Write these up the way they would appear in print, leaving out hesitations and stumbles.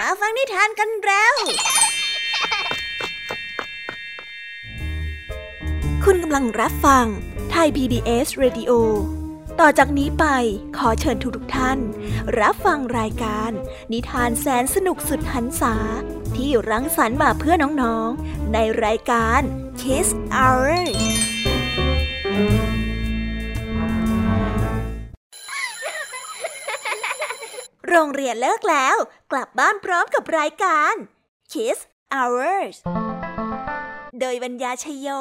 มาฟังนิทานกันแล้วคุณกำลังรับฟังไทย PBS Radio ต่อจากนี้ไปขอเชิญทุกท่านรับฟังรายการนิทานแสนสนุกสุดหรรษาที่รังสรรค์มาเพื่อน้องๆในรายการ Kids Hourโรงเรียนเลิกแล้วกลับบ้านพร้อมกับรายการ Kids Hours โดยบรรยาชโย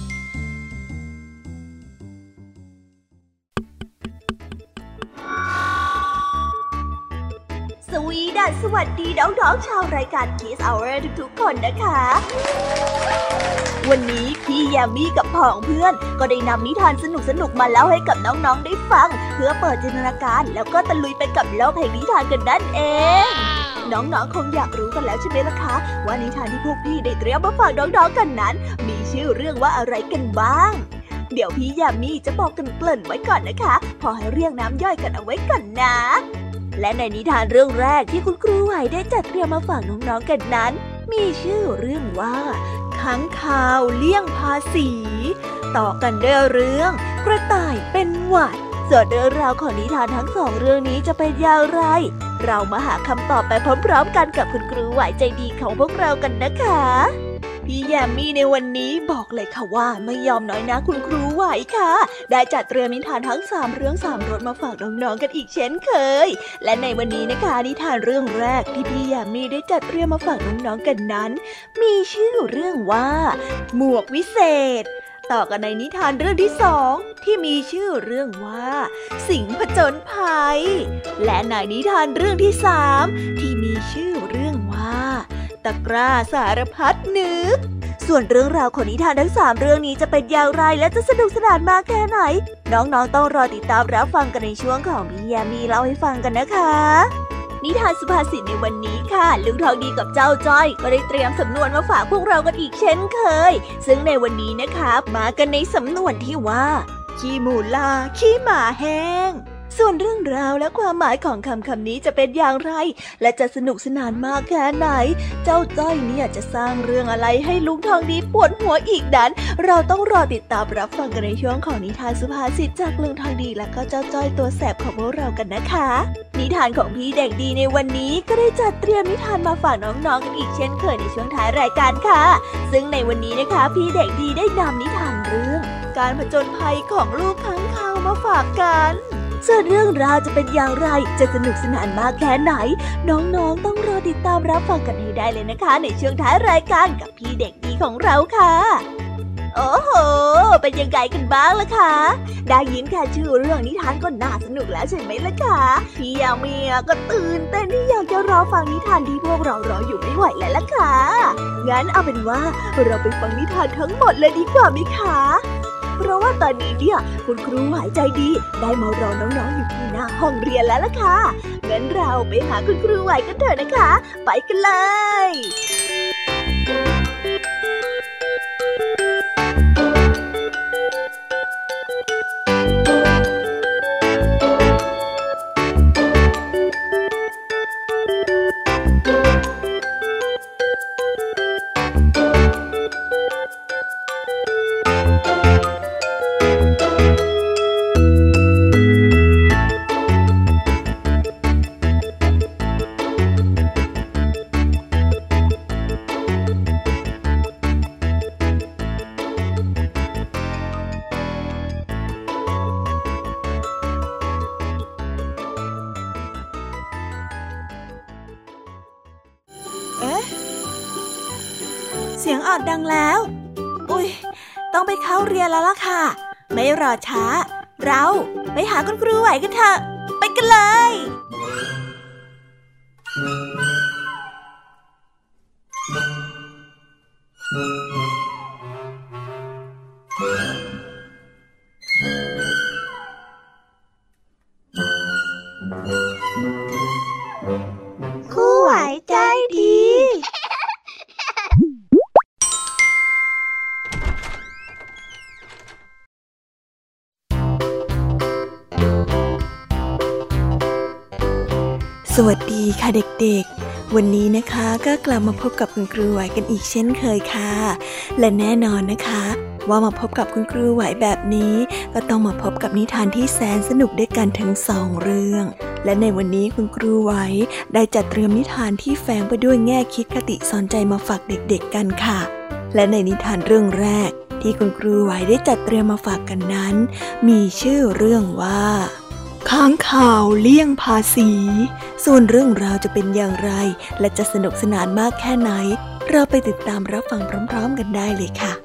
สวัสดีน้องๆชาวรายการ Kids Hour ทุกๆคนนะคะวันนี้พี่แยมมี่กับพ้องเพื่อนก็ได้นำนิทานสนุกๆมาเล่าให้กับน้องๆได้ฟังเพื่อเปิดจินตนาการแล้วก็ตะลุยไปกับโลกแห่งนิทานกันนั่นเองน้องๆคงอยากรู้กันแล้วใช่ไหมล่ะคะว่านิทานที่พวกพี่ได้เตรียมมาฝากน้องๆกันนั้นมีชื่อเรื่องว่าอะไรกันบ้างเดี๋ยวพี่แยมมี่จะบอกกันเกริ่นไว้ก่อนนะคะพอให้เรียงน้ำย่อยกันเอาไว้ก่อนนะและในนิทานเรื่องแรกที่คุณครูไหวได้จัดเตรียมมาฝากน้องๆกันนั้นมีชื่อเรื่องว่าค้างคาวเลี่ยงภาษีต่อกันด้วยเรื่องกระต่ายเป็นหวัดส่วนเรื่องราวของนิทานทั้งสองเรื่องนี้จะเป็นอย่างไรเรามาหาคำตอบไปพร้อมๆกันกับคุณครูไหวใจดีของพวกเรากันนะคะพี่แยมมี่ในวันนี้บอกเลยค่ะว่าไม่ยอมน้อยนะคุณครูไหวค่ะได้จัดเตรียมนิทานทั้ง3เรื่อง3รสมาฝากน้องๆกันอีกเช่นเคยและในวันนี้นะคะนิทานเรื่องแรกที่พี่แยมมี่ได้จัดเตรียมมาฝากน้องๆกันนั้นมีชื่อเรื่องว่าหมวกวิเศษต่อกันในนิทานเรื่องที่2ที่มีชื่อเรื่องว่าสิงห์ผจญภัยและในนิทานเรื่องที่3ที่มีชื่อเรื่องว่าตะกร้าสารพัดนึกส่วนเรื่องราวของนิทานทั้ง3เรื่องนี้จะเป็นอย่างไรและจะสนุกสนานมากแค่ไหนน้องๆต้องรอติดตามรับฟังกันในช่วงของพี่แยมมี่เล่าให้ฟังกันนะคะนิทานสุภาษิตในวันนี้ค่ะลุงทองดีกับเจ้าจ้อยก็ได้เตรียมสำนวนมาฝากพวกเรากันอีกเช่นเคยซึ่งในวันนี้นะคะมากันในสำนวนที่ว่าขี้หมูลาขี้หมาแห้งส่วนเรื่องราวและความหมายของคำนี้จะเป็นอย่างไรและจะสนุกสนานมากแค่ไหนเจ้าจ้อยเนี่ยจะสร้างเรื่องอะไรให้ลุงทองดีปวดหัวอีกนั้นเราต้องรอติดตามรับฟังกันในช่วงของนิทานสุภาษิตจากลุงทองดีและก็เจ้าจ้อยตัวแสบของพวกเรากันนะคะนิทานของพี่เด็กดีในวันนี้ก็ได้จัดเตรียมนิทานมาฝากน้องๆกันอีกเช่นเคยในช่วงท้ายรายการค่ะซึ่งในวันนี้นะคะพี่เด็กดีได้นำนิทานเรื่องการผจญภัยของลูกค้างคาวมาฝากกันส่วนเรื่องราวจะเป็นอย่างไรจะสนุกสนานมากแค่ไหนน้องๆต้องรอติดตามรับฟังกันให้ได้เลยนะคะในช่วงท้ายรายการกับพี่เด็กดีของเราค่ะโอ้โหเป็นยังไงกันบ้างล่ะคะได้ยินแค่ชื่อเรื่องนิทานก็น่าสนุกแล้วใช่ไหมล่ะคะพี่ยามีก็ตื่นเต้นที่อยากจะรอฟังนิทานที่พวกเรารออยู่ไม่ไหวแล้วล่ะค่ะงั้นเอาเป็นว่าเราไปฟังนิทานทั้งหมดเลยดีกว่ามั้ยคะเพราะว่าตอนนี้เนี่ยคุณครูหายใจดีได้มารอน้องๆอยู่ที่หน้าห้องเรียนแล้วล่ะค่ะงั้นเราไปหาคุณครูไหวกันเถอะนะคะไปกันเลยเสียงออดดังแล้วอุ๊ยต้องไปเข้าเรียนแล้วล่ะค่ะไม่รอช้าเราไปหาคุณครูไหวกันเถอะไปกันเลยครูไหวใจดี สวัสดีค่ะเด็กวันนี้นะคะก็กลับมาพบกับคุณครูไหวกันอีกเช่นเคยค่ะและแน่นอนนะคะว่ามาพบกับคุณครูไหวแบบนี้ก็ต้องมาพบกับนิทานที่แสนสนุกด้วยกันถึง2เรื่องและในวันนี้คุณครูไหวได้จัดเตรียมนิทานที่แฝงไปด้วยแง่คิดคติสอนใจมาฝากเด็กๆกันค่ะและในนิทานเรื่องแรกที่คุณครูไหวได้จัดเตรียมมาฝากกันนั้นมีชื่อเรื่องว่าค้างคาวเลี่ยงภาษีส่วนเรื่องราวจะเป็นอย่างไรและจะสนุกสนานมากแค่ไหนเราไปติดตามรับฟังพร้อมๆกันได้เลยค่ะ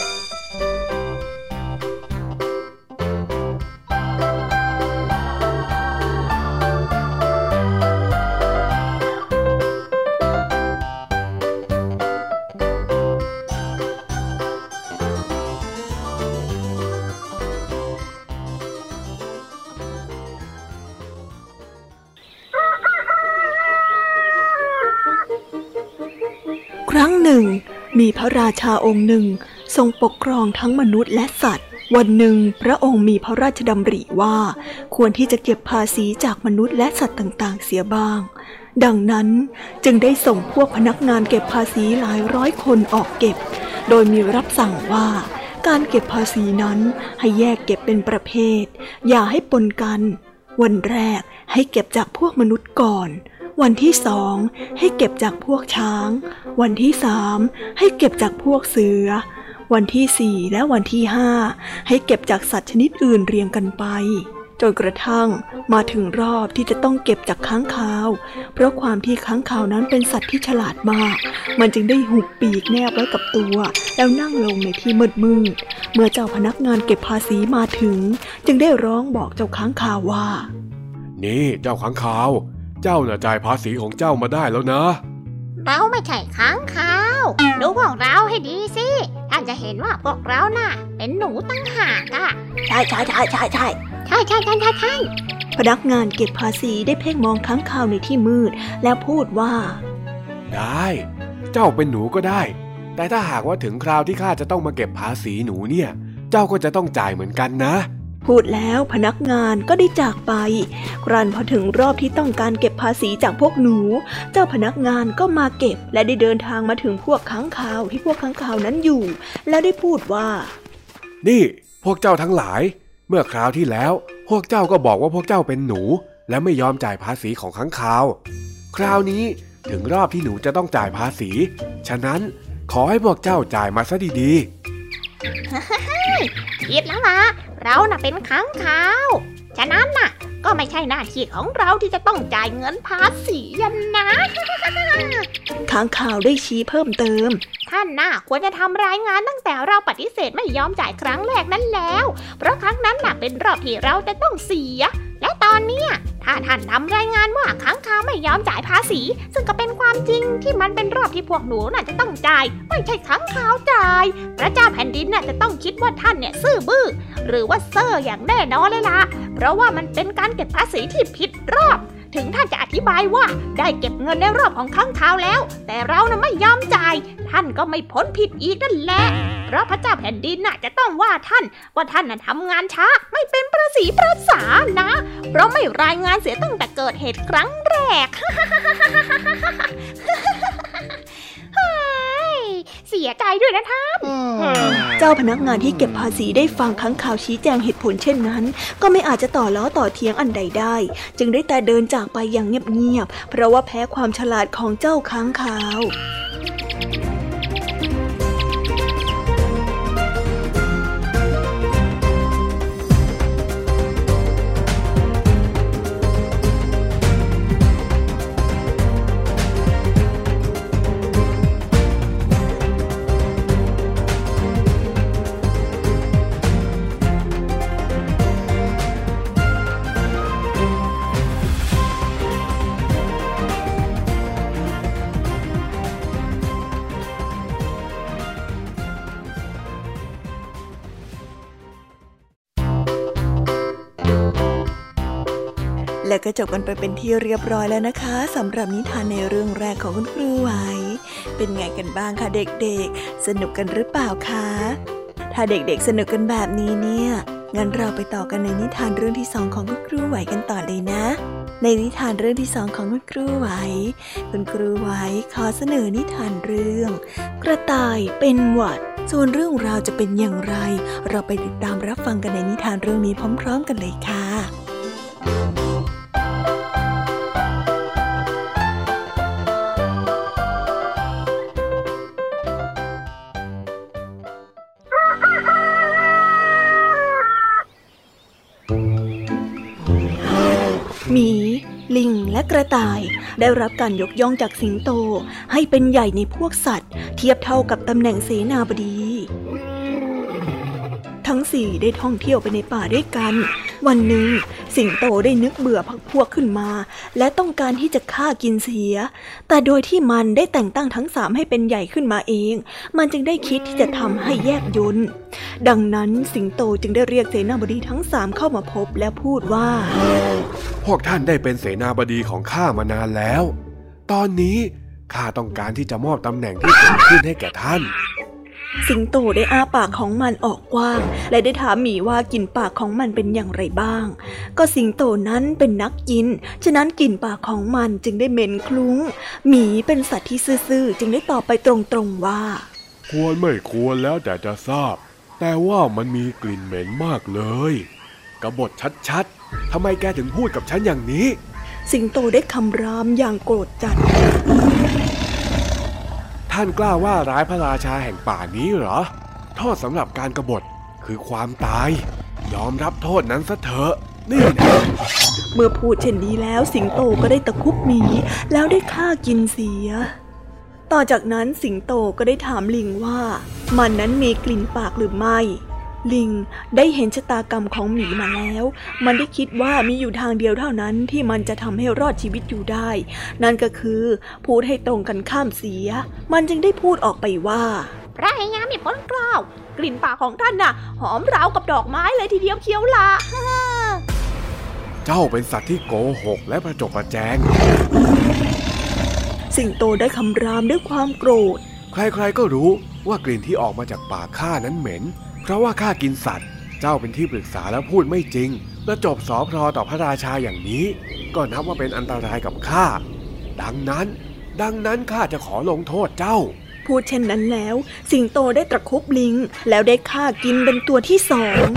ครั้งหนึ่งมีพระราชาองค์หนึ่งทรงปกครองทั้งมนุษย์และสัตว์วันหนึ่งพระองค์มีพระราชดำริว่าควรที่จะเก็บภาษีจากมนุษย์และสัตว์ต่างๆเสียบ้างดังนั้นจึงได้ส่งพวกพนักงานเก็บภาษีหลายร้อยคนออกเก็บโดยมีรับสั่งว่าการเก็บภาษีนั้นให้แยกเก็บเป็นประเภทอย่าให้ปนกันวันแรกให้เก็บจากพวกมนุษย์ก่อนวันที่2ให้เก็บจากพวกช้างวันที่3ให้เก็บจากพวกเสือวันที่4และวันที่5ให้เก็บจากสัตว์ชนิดอื่นเรียงกันไปจนกระทั่งมาถึงรอบที่จะต้องเก็บจากค้างคาวเพราะความที่ค้างคาวนั้นเป็นสัตว์ที่ฉลาดมากมันจึงได้หุบปีกแนบไว้กับตัวแล้วนั่งลงในที่มืดเมื่อเจ้าพนักงานเก็บภาษีมาถึงจึงได้ร้องบอกเจ้าค้างคาวว่านี่เจ้าค้างคาวเจ้าน่ะจ่ายภาษีของเจ้ามาได้แล้วนะเราไม่ใช่ค้างคาวดูพวกเราให้ดีสิท่านจะเห็นว่าพวกเราน่ะเป็นหนูตั้งหากอ่ะใช่พนักงานเก็บภาษีได้เพ่งมองค้างคาวในที่มืดแล้วพูดว่าได้เจ้าเป็นหนูก็ได้แต่ถ้าหากว่าถึงคราวที่ข้าจะต้องมาเก็บภาษีหนูเนี่ยเจ้าก็จะต้องจ่ายเหมือนกันนะพูดแล้วพนักงานก็ได้จากไปครั้นพอถึงรอบที่ต้องการเก็บภาษีจากพวกหนูเจ้าพนักงานก็มาเก็บและได้เดินทางมาถึงพวกค้างคาวที่พวกค้างคาวนั้นอยู่แล้วได้พูดว่านี่พวกเจ้าทั้งหลายเมื่อคราวที่แล้วพวกเจ้าก็บอกว่าพวกเจ้าเป็นหนูและไม่ยอมจ่ายภาษีของค้างคาวคราวนี้ถึงรอบที่หนูจะต้องจ่ายภาษีฉะนั้นขอให้พวกเจ้าจ่ายมาซะดีๆคิดแล้วล่ะเราน่ะเป็นค้างคาวฉะนั้นน่ะก็ไม่ใช่หน้าที่ของเราที่จะต้องจ่ายเงินภาษีนะค้างคาวได้ชี้เพิ่มเติมท่านน่ะควรจะทำรายงานตั้งแต่เราปฏิเสธไม่ยอมจ่ายครั้งแรกนั้นแล้วเพราะครั้งนั้นน่ะเป็นรอบที่เราจะต้องเสียและตอนเนี้ยถ้าท่านทำรายงานว่าค้างคาวไม่ยอมจ่ายภาษีซึ่งก็เป็นความจริงที่มันเป็นรอบที่พวกหนูน่ะจะต้องจ่ายไม่ใช่ค้างคาวจ่ายพระเจ้าแผ่นดินน่ะจะต้องคิดว่าท่านเนี่ยซื่อบื้อหรือว่าเซ่ออย่างแน่นอนเลยล่ะเพราะว่ามันเป็นการเก็บภาษีที่ผิดรอบถึงท่านจะอธิบายว่าได้เก็บเงินในรอบของค้างคาวแล้วแต่เราน่ะไม่ยอมจ่ายท่านก็ไม่พ้นผิดอีกนั่นแหละเพราะพระเจ้าแผ่นดินน่ะจะต้องว่าท่านน่ะทำงานช้าไม่เป็นประสีประสานะเพราะไม่รายงานเสียตั้งแต่เกิดเหตุครั้งแรก เสียใจด้วยนะท่านเจ้าพนักงานที่เก็บภาษีได้ฟังค้างคาวชี้แจงเหตุผลเช่นนั้นก็ไม่อาจจะต่อล้อต่อเถียงอันใดได้จึงได้แต่เดินจากไปอย่างเงียบๆเพราะว่าแพ้ความฉลาดของเจ้าค้างคาวและก็จบกันไปเป็นที่เรียบร้อยแล้วนะคะสำหรับนิทานในเรื่องแรกของคุณครูไหวเป็นไงกันบ้างคะเด็กๆสนุกกันหรือเปล่าคะถ้าเด็กๆสนุกกันแบบนี้เนี่ยงั้นเราไปต่อกันในนิทานเรื่องที่2ของคุณครูไหวกันต่อเลยนะในนิทานเรื่องที่สองของคุณครูไหวคุณครูไหวขอเสนอนิทานเรื่องกระต่ายเป็นหวัดส่วนเรื่องราวจะเป็นอย่างไรเราไปติดตามรับฟังกันในนิทานเรื่องนี้พร้อมๆกันเลยค่ะหมีลิงและกระต่ายได้รับการยกย่องจากสิงโตให้เป็นใหญ่ในพวกสัตว์เทียบเท่ากับตำแหน่งเสนาบดีทั้งสี่ได้ท่องเที่ยวไปในป่าด้วยกันวันหนึ่งสิงโตได้นึกเบื่อพรรคพวกขึ้นมาและต้องการที่จะฆ่ากินเสียแต่โดยที่มันได้แต่งตั้งทั้งสามให้เป็นใหญ่ขึ้นมาเองมันจึงได้คิดที่จะทำให้แยกยนต์ดังนั้นสิงโตจึงได้เรียกเสนาบดีทั้งสามเข้ามาพบและพูดว่าพวกท่านได้เป็นเสนาบดีของข้ามานานแล้วตอนนี้ข้าต้องการที่จะมอบตำแหน่งที่สูงขึ้นให้แก่ท่านสิงโตได้อ้าปากของมันออกกว้างและได้ถามหมีว่ากลิ่นปากของมันเป็นอย่างไรบ้างก็สิงโตนั้นเป็นนักกินฉะนั้นกลิ่นปากของมันจึงได้เหม็นคลุ้งหมีเป็นสัตว์ที่ซื่อๆจึงได้ตอบไปตรงๆว่าควรไม่ควรแล้วแต่จะทราบแต่ว่ามันมีกลิ่นเหม็นมากเลยกบฏชัดๆทำไมแกถึงพูดกับฉันอย่างนี้สิงโตได้คำรามอย่างโกรธจัดท่านกล้าว่าร้ายพระราชาแห่งป่านี้เหรอโทษสำหรับการกบฏคือความตายยอมรับโทษนั้นซะเถอะนี่นะเมื่อพูดเช่นนี้แล้วสิงโตก็ได้ตะคุบหมีแล้วได้ฆ่ากินเสียต่อจากนั้นสิงโตก็ได้ถามลิงว่ามันนั้นมีกลิ่นปากหรือไม่ลิงได้เห็นชะตากรรมของหมีมาแล้วมันได้คิดว่ามีอยู่ทางเดียวเท่านั้นที่มันจะทำให้รอดชีวิตอยู่ได้นั่นก็คือพูดให้ตรงกันข้ามเสียมันจึงได้พูดออกไปว่าพระยามีพ้นเกล้ากลิ่นปากของท่านน่ะหอมราวกับดอกไม้เลยทีเดียวเชียวล่ะเจ้าเป็นสัตว์ที่โกหกและประจบประแจงสิงโตได้คำรามด้วยความโกรธใครๆก็รู้ว่ากลิ่นที่ออกมาจากปากข้านั้นเหม็นเพราะว่าข้ากินสัตว์เจ้าเป็นที่ปรึกษาแล้วพูดไม่จริงประจบสอพลอต่อพระราชาอย่างนี้ก็นับว่าเป็นอันตรายกับข้าดังนั้นข้าจะขอลงโทษเจ้าพูดเช่นนั้นแล้วสิงโตได้ตะคุบลิงแล้วได้ฆ่ากินเป็นตัวที่สอง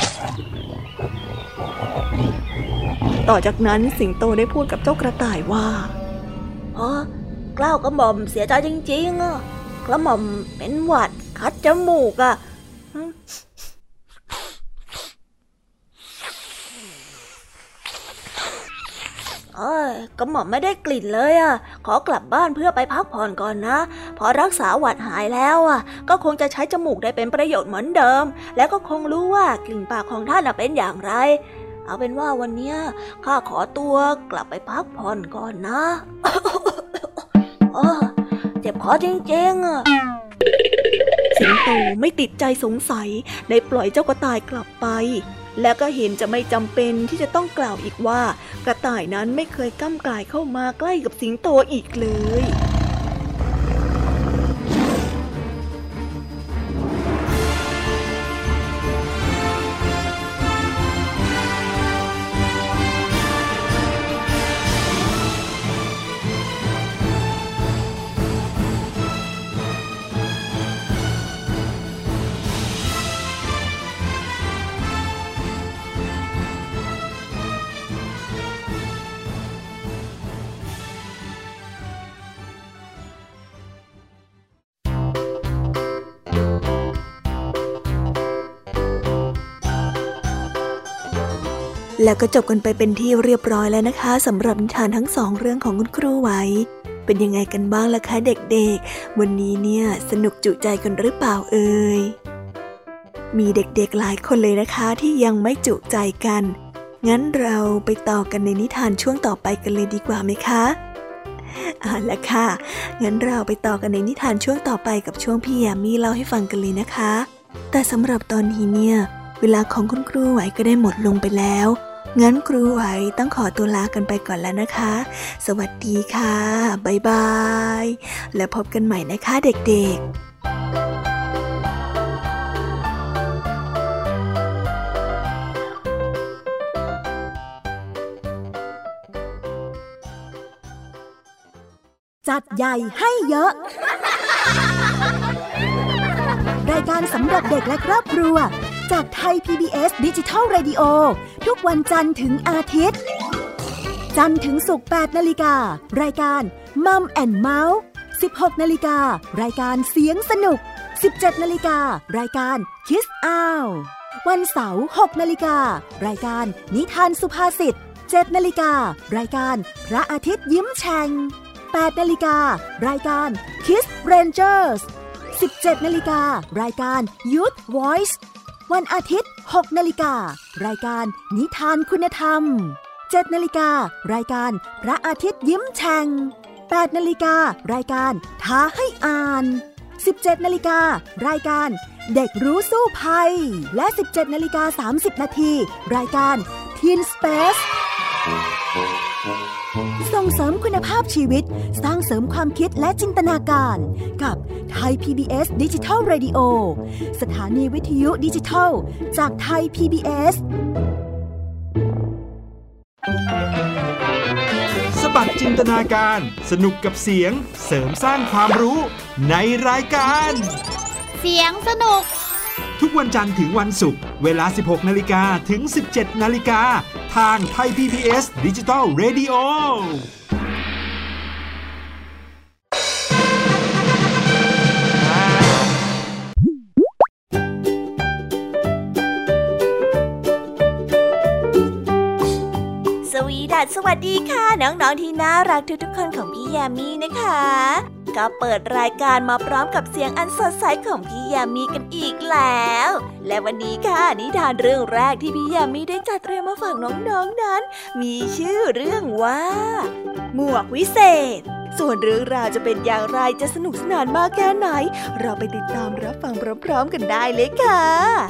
ต่อจากนั้นสิงโตได้พูดกับเจ้ากระต่ายว่ากล้าวกระหม่อมเสียใจจริงๆกระหม่อมเป็นหวัดคัดจมูกกระหม่อมไม่ได้กลิ่นเลยขอกลับบ้านเพื่อไปพักผ่อนก่อนนะพอรักษาหวัดหายแล้วก็คงจะใช้จมูกได้เป็นประโยชน์เหมือนเดิมแล้วก็คงรู้ว่ากลิ่นปากของท่านเป็นอย่างไรเอาเป็นว่าวันนี้ข้าขอตัวกลับไปพักผ่อนก่อนนะ เจ็บคอจริงๆสิงโตไม่ติดใจสงสัยได้ปล่อยเจ้ากระต่ายกลับไปและก็เห็นจะไม่จำเป็นที่จะต้องกล่าวอีกว่ากระต่ายนั้นไม่เคยก้ำก่ายเข้ามาใกล้กับสิงโตอีกเลยแล้วก็จบกันไปเป็นที่เรียบร้อยแล้วนะคะสำหรับนิทานทั้งสองเรื่องของคุณครูไหวเป็นยังไงกันบ้างล่ะคะเด็กๆวันนี้เนี่ยสนุกจุใจกันหรือเปล่าเอ่ยมีเด็กๆหลายคนเลยนะคะที่ยังไม่จุใจกันงั้นเราไปต่อกันในนิทานช่วงต่อไปกันเลยดีกว่าไหมคะเอาล่ะค่ะงั้นเราไปต่อกันในนิทานช่วงต่อไปกับช่วงพี่แยมมี่เล่าให้ฟังกันเลยนะคะแต่สำหรับตอนนี้เนี่ยเวลาของคุณครูไหวก็ได้หมดลงไปแล้วงั้นครูไหวต้องขอตัวลากันไปก่อนแล้วนะคะสวัสดีค่ะบ๊ายบายแล้วพบกันใหม่นะคะเด็กๆจัดใหญ่ให้เยอะรายการสำหรับเด็กและครอบครัวจากไทย PBS Digital Radio ทุกวันจันทร์ถึงอาทิตย์จันทร์ถึงศุกร์ 8 นาฬิการายการ Mum and Mouse 16 นาฬิการายการเสียงสนุก 17 นาฬิการายการ Kiss Out วันเสาร์ 6 นาฬิการายการนิทานสุภาษิต 7 นาฬิการายการพระอาทิตย์ยิ้มแฉ่ง 8 นาฬิการายการ Kiss Rangers 17 นาฬิการายการ Youth Voice วันอาทิตย์ 6 นาฬิการายการนิทานคุณธรรม 7 นาฬิการายการพระอาทิตย์ยิ้มแฉ่ง 8 นาฬิการายการท้าให้อ่าน 17 นาฬิการายการเด็กรู้สู้ภัยและ 17:30 นาทีรายการ Teen Space ส่งเสริมคุณภาพชีวิตสร้างเสริมความคิดและจินตนาการกับไทย PBS Digital Radio สถานีวิทยุดิจิทัลจากไทย PBS สบัดจินตนาการสนุกกับเสียงเสริมสร้างความรู้ในรายการเสียงสนุกทุกวันจันทร์ถึงวันศุกร์เวลา 16:00 นถึง 17:00 นทางไทย PBS Digital Radio สวัสดีค่ะน้องๆที่น่ารักทุกๆคนของพี่ยามีนะคะก็เปิดรายการมาพร้อมกับเสียงอันสดใสของพี่ยามีกันอีกแล้วและวันนี้ค่ะนิทานเรื่องแรกที่พี่ยามีได้จัดเตรียมมาฝากน้องๆนั้นมีชื่อเรื่องว่าหมวกวิเศษส่วนเรื่องราวจะเป็นอย่างไรจะสนุกสนานมากแค่ไหนเราไปติดตามรับฟังพร้อมๆกันได้เลยค่ะ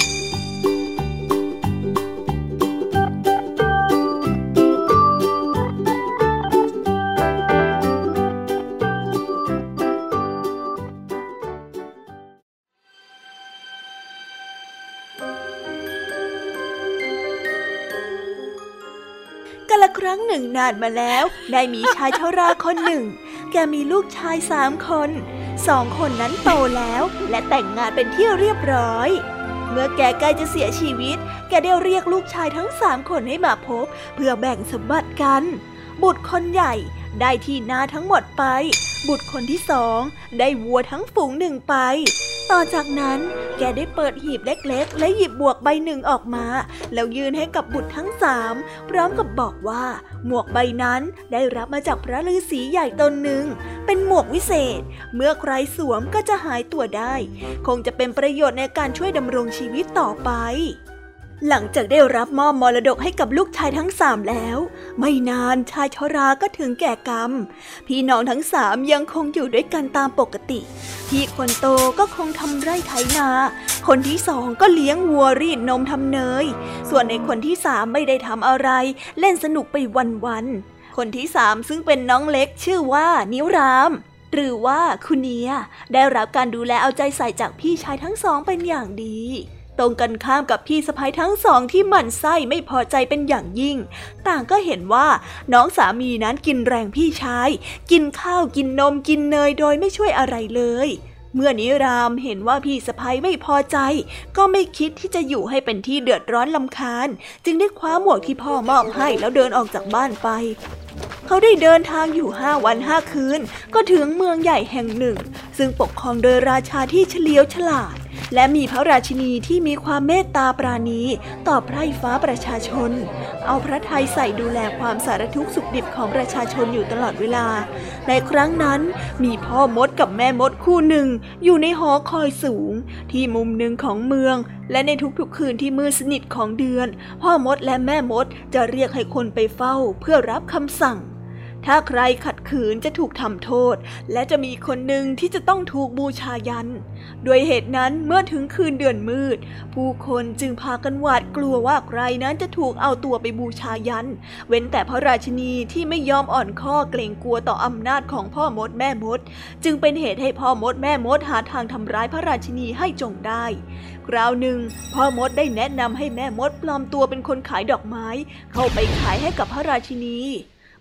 ครั้งหนึ่งนานมาแล้วได้มีชายชราคนหนึ่งแกมีลูกชาย3 คน2 คนนั้นโตแล้วและแต่งงานเป็นที่เรียบร้อยเมื่อแกใกล้จะเสียชีวิตแกได้เรียกลูกชายทั้ง3 คนให้มาพบเพื่อแบ่งสมบัติกันบุตรคนใหญ่ได้ที่นาทั้งหมดไปบุตรคนที่2ได้วัวทั้งฝูงหนึ่งไปต่อจากนั้นแกได้เปิดหีบเล็กๆและหยิบบวกใบหนึ่งออกมาแล้วยื่นให้กับบุตรทั้ง3พร้อมกับบอกว่าหมวกใบนั้นได้รับมาจากพระฤาษีใหญ่ตนหนึ่งเป็นหมวกวิเศษเมื่อใครสวมก็จะหายตัวได้คงจะเป็นประโยชน์ในการช่วยดำรงชีวิตต่อไปหลังจากได้รับมอบมรดกให้กับลูกชายทั้ง3แล้วไม่นานชายชราก็ถึงแก่กรรมพี่น้องทั้ง3ยังคงอยู่ด้วยกันตามปกติพี่คนโตก็คงทำไร่ไถนาคนที่2ก็เลี้ยงวัวรีดนมทำเนยส่วนในคนที่3ไม่ได้ทำอะไรเล่นสนุกไปวันๆคนที่3ซึ่งเป็นน้องเล็กชื่อว่านิรามหรือว่าคุณเนียได้รับการดูแลเอาใจใส่จากพี่ชายทั้ง2เป็นอย่างดีตรงกันข้ามกับพี่สะใภ้ทั้ง2ที่หมั่นไส้ไม่พอใจเป็นอย่างยิ่งต่างก็เห็นว่าน้องสามีนั้นกินแรงพี่ชายกินข้าวกินนมกินเนยโดยไม่ช่วยอะไรเลยเมื่อนิรามเห็นว่าพี่สะใภ้ไม่พอใจก็ไม่คิดที่จะอยู่ให้เป็นที่เดือดร้อนรำคาญจึงได้คว้าหมวกที่พ่อมอบให้แล้วเดินออกจากบ้านไปเขาได้เดินทางอยู่5 วัน 5 คืนก็ถึงเมืองใหญ่แห่งหนึ่งซึ่งปกครองโดยราชาที่เฉลียวฉลาดและมีพระราชินีที่มีความเมตตาปราณีต่อไพร่ฟ้าประชาชนเอาพระทัยใส่ดูแลความสารทุกข์สุขดิบของประชาชนอยู่ตลอดเวลาในครั้งนั้นมีพ่อมดกับแม่มดคู่หนึ่งอยู่ในหอคอยสูงที่มุมหนึ่งของเมืองและในทุกๆคืนที่มืดสนิทของเดือนพ่อมดและแม่มดจะเรียกให้คนไปเฝ้าเพื่อรับคำสั่งถ้าใครขัดขืนจะถูกทำโทษและจะมีคนหนึ่งที่จะต้องถูกบูชายันด้วยเหตุนั้นเมื่อถึงคืนเดือนมืดผู้คนจึงพากันหวาดกลัวว่าใครนั้นจะถูกเอาตัวไปบูชายันเว้นแต่พระราชินีที่ไม่ยอมอ่อนข้อเกรงกลัวต่ออำนาจของพ่อมดแม่มดจึงเป็นเหตุให้พ่อมดแม่มดหาทางทำร้ายพระราชินีให้จงได้คราวหนึ่งพ่อมดได้แนะนำให้แม่มดปลอมตัวเป็นคนขายดอกไม้เข้าไปขายให้กับพระราชินีเ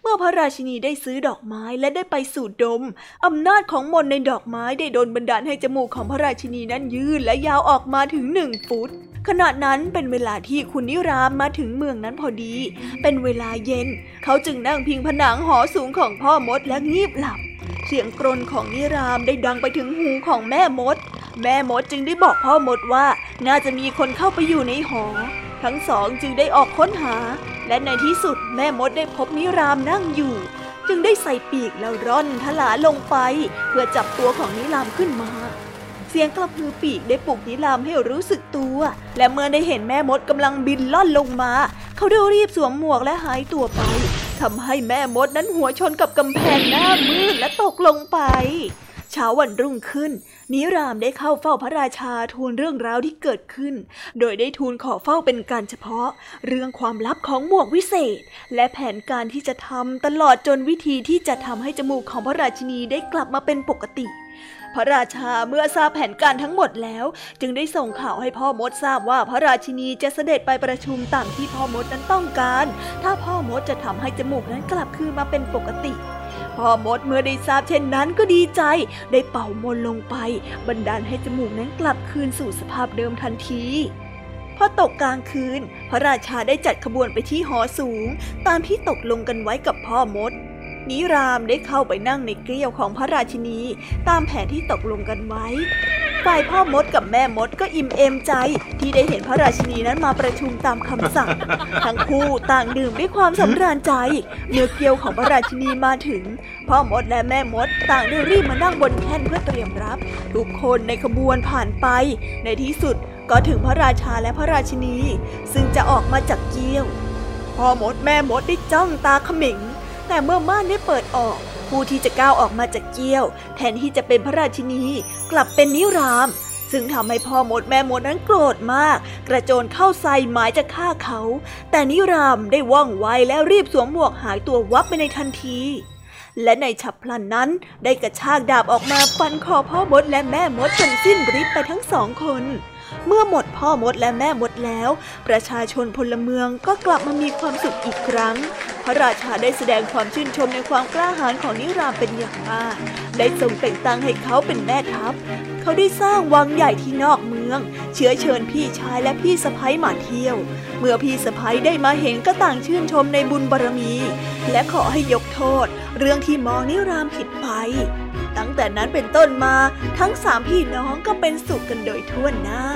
มื่อพระราชินีได้ซื้อดอกไม้และได้ไปสูดดมอำนาจของมนต์ในดอกไม้ได้โดนบันดาลให้จมูกของพระราชินีนั้นยืดและยาวออกมาถึง1 ฟุตขณะนั้นเป็นเวลาที่คุณนิรามมาถึงเมืองนั้นพอดีเป็นเวลาเย็นเขาจึงนั่งพิงผนังหอสูงของพ่อมดและงีบหลับเสียงกรนของนิรามได้ดังไปถึงหูของแม่มดจึงได้บอกพ่อมดว่าน่าจะมีคนเข้าไปอยู่ในหอทั้งสองจึงได้ออกค้นหาและในที่สุดแม่มดได้พบนิรามนั่งอยู่จึงได้ใส่ปีกแล้วร่อนทลาลงไปเพื่อจับตัวของนิรามขึ้นมาเสียงกระพือปีกได้ปลุกนิรามให้รู้สึกตัวและเมื่อได้เห็นแม่มดกำลังบินล่อนลงมาเขาได้รีบสวมหมวกและหายตัวไปทำให้แม่มดนั้นหัวชนกับกำแพงหน้ามืดและตกลงไปเช้าวันรุ่งขึ้นนิรามได้เข้าเฝ้าพระราชาทูลเรื่องราวที่เกิดขึ้นโดยได้ทูลขอเฝ้าเป็นการเฉพาะเรื่องความลับของหมวกวิเศษและแผนการที่จะทำตลอดจนวิธีที่จะทำให้จมูกของพระราชินีได้กลับมาเป็นปกติพระราชาเมื่อทราบแผนการทั้งหมดแล้วจึงได้ส่งข่าวให้พ่อมดทราบว่าพระราชินีจะเสด็จไปประชุมตามที่พ่อมดนั้นต้องการถ้าพ่อมดจะทำให้จมูกนั้นกลับคืนมาเป็นปกติพ่อมดเมื่อได้ทราบเช่นนั้นก็ดีใจได้เป่ามนต์ลงไปบันดาลให้จมูกนั้นกลับคืนสู่สภาพเดิมทันทีพอตกกลางคืนพระราชาได้จัดขบวนไปที่หอสูงตามที่ตกลงกันไว้กับพ่อมดนิรามได้เข้าไปนั่งในเกลียวของพระราชินีตามแผนที่ตกลงกันไว้ฝ่ายพ่อมดกับแม่มดก็อิ่มเอมใจที่ได้เห็นพระราชินีนั้นมาประชุมตามคำสั่งทั้งคู่ต่างดื่มด้วยความสำราญใจเมื่อเกลียวของพระราชินีมาถึงพ่อมดและแม่มดต่างได้รีบมานั่งบนแท่นเพื่อเตรียมรับทุกคนในขบวนผ่านไปในที่สุดก็ถึงพระราชาและพระราชินีซึ่งจะออกมาจากเกลียวพ่อมดแม่มดได้จ้องตาเขม็งแต่เมื่อม่านได้เปิดออกผู้ที่จะก้าวออกมาจากเกลียวแทนที่จะเป็นพระราชินีกลับเป็นนิรามซึ่งทำให้พ่อมดแม่มดนั้นโกรธมากกระโจนเข้าใส่หมายจะฆ่าเขาแต่นิรามได้ว่องไวและรีบสวมหมวกหายตัววับไปในทันทีและในฉับพลันนั้นได้กระชากดาบออกมาฟันคอพ่อมดและแม่มดจนสิ้นฤทธิ์ไปทั้ง2 คนเมื่อหมดพ่อมดและแม่มดแล้วประชาชนพลเมืองก็กลับมามีความสุขอีกครั้งพระราชาได้แสดงความชื่นชมในความกล้าหาญของนิรามเป็นอย่างมากได้ทรงแต่งตั้งให้เขาเป็นแม่ทัพเขาได้สร้างวังใหญ่ที่นอกเมืองเชื้อเชิญพี่ชายและพี่สะใภ้มาเที่ยวเมื่อพี่สะใภ้ได้มาเห็นก็ต่างชื่นชมในบุญบารมีและขอให้ยกโทษเรื่องที่มองนิรามผิดไปตั้งแต่นั้นเป็นต้นมาทั้ง3 พี่น้องก็เป็นสุขกันโดยทั่วหน้า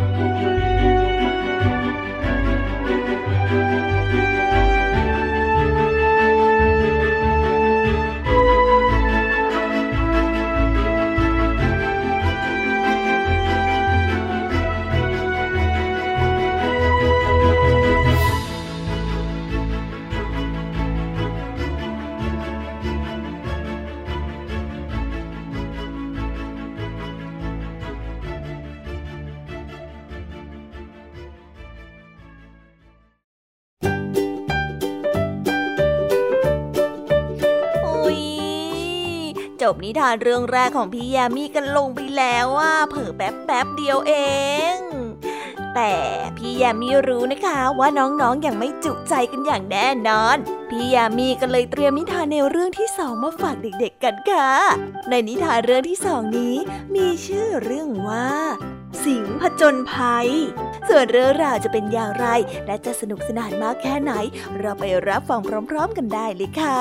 จบนิทานเรื่องแรกของพี่ยามีกันลงไปแล้วเผลอแป๊บเดียวเองแต่พี่ยามีรู้นะคะว่าน้องๆยังไม่จุใจกันอย่างแน่นอนพี่ยามีก็เลยเตรียมนิทานแนวเรื่องที่2มาฝากเด็กๆกันค่ะในนิทานเรื่องที่2นี้มีชื่อเรื่องว่าสิงห์ผจญภัยส่วนเรื่องราวจะเป็นอย่างไรและจะสนุกสนานมากแค่ไหนเราไปรับฟังพร้อมๆกันได้เลยค่ะ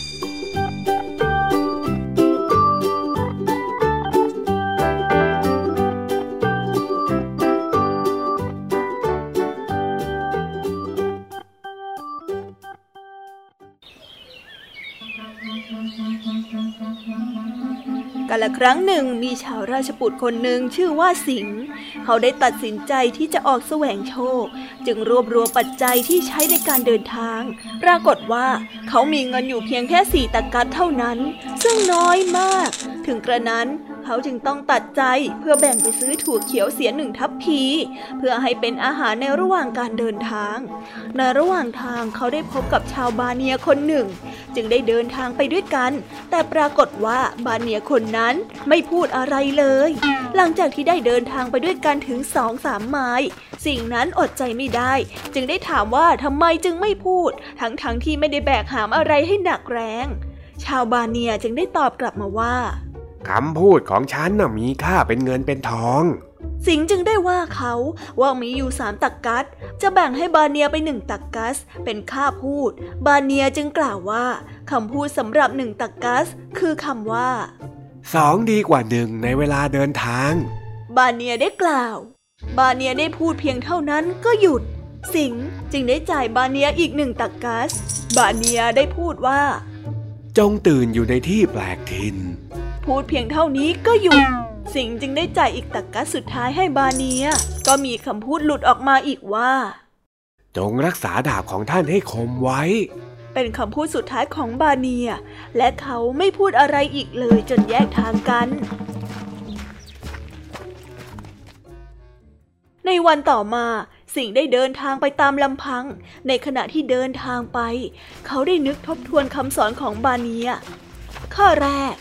กาลครั้งหนึ่งมีชาวราชบุตรคนหนึ่งชื่อว่าสิงห์เขาได้ตัดสินใจที่จะออกแสวงโชคจึงรวบรวมปัจจัยที่ใช้ในการเดินทางปรากฏว่าเขามีเงินอยู่เพียงแค่4 ตะกัดเท่านั้นซึ่งน้อยมากถึงกระนั้นเขาจึงต้องตัดใจเพื่อแบ่งไปซื้อถั่วเขียวเสีย1 ทัพพีเพื่อให้เป็นอาหารในระหว่างการเดินทางในระหว่างทางเขาได้พบกับชาวบาเนียคนหนึ่งจึงได้เดินทางไปด้วยกันแต่ปรากฏว่าบาเนียคนนั้นไม่พูดอะไรเลยหลังจากที่ได้เดินทางไปด้วยกันถึง 2-3 ไมล์สิ่งนั้นอดใจไม่ได้จึงได้ถามว่าทำไมจึงไม่พูดทั้งที่ไม่ได้แบกหามอะไรให้หนักแรงชาวบาเนียจึงได้ตอบกลับมาว่าคำพูดของฉันน่ะมีค่าเป็นเงินเป็นทองสิงห์จึงได้ว่าเขาว่ามีอยู่3ตักกัสจะแบ่งให้บาเนียไป1ตักกัสเป็นค่าพูดบาเนียจึงกล่าวว่าคำพูดสำหรับ1ตักกัสคือคำว่า 2ดีกว่า1ในเวลาเดินทางบาเนียได้กล่าวบาเนียได้พูดเพียงเท่านั้นก็หยุดสิงห์จึงได้จ่ายบาเนียอีก1ตักกัสบาเนียได้พูดว่าจงตื่นอยู่ในที่แปลกถิ่นพูดเพียงเท่านี้ก็หยุดสิงห์จึงได้จ่ายอีกตักกัสสุดท้ายให้บาเนียก็มีคำพูดหลุดออกมาอีกว่าจงรักษาดาบของท่านให้คมไว้เป็นคำพูดสุดท้ายของบาเนียและเขาไม่พูดอะไรอีกเลยจนแยกทางกันในวันต่อมาสิงห์ได้เดินทางไปตามลำพังในขณะที่เดินทางไปเขาได้นึกทบทวนคำสอนของบาเนียข้อแรก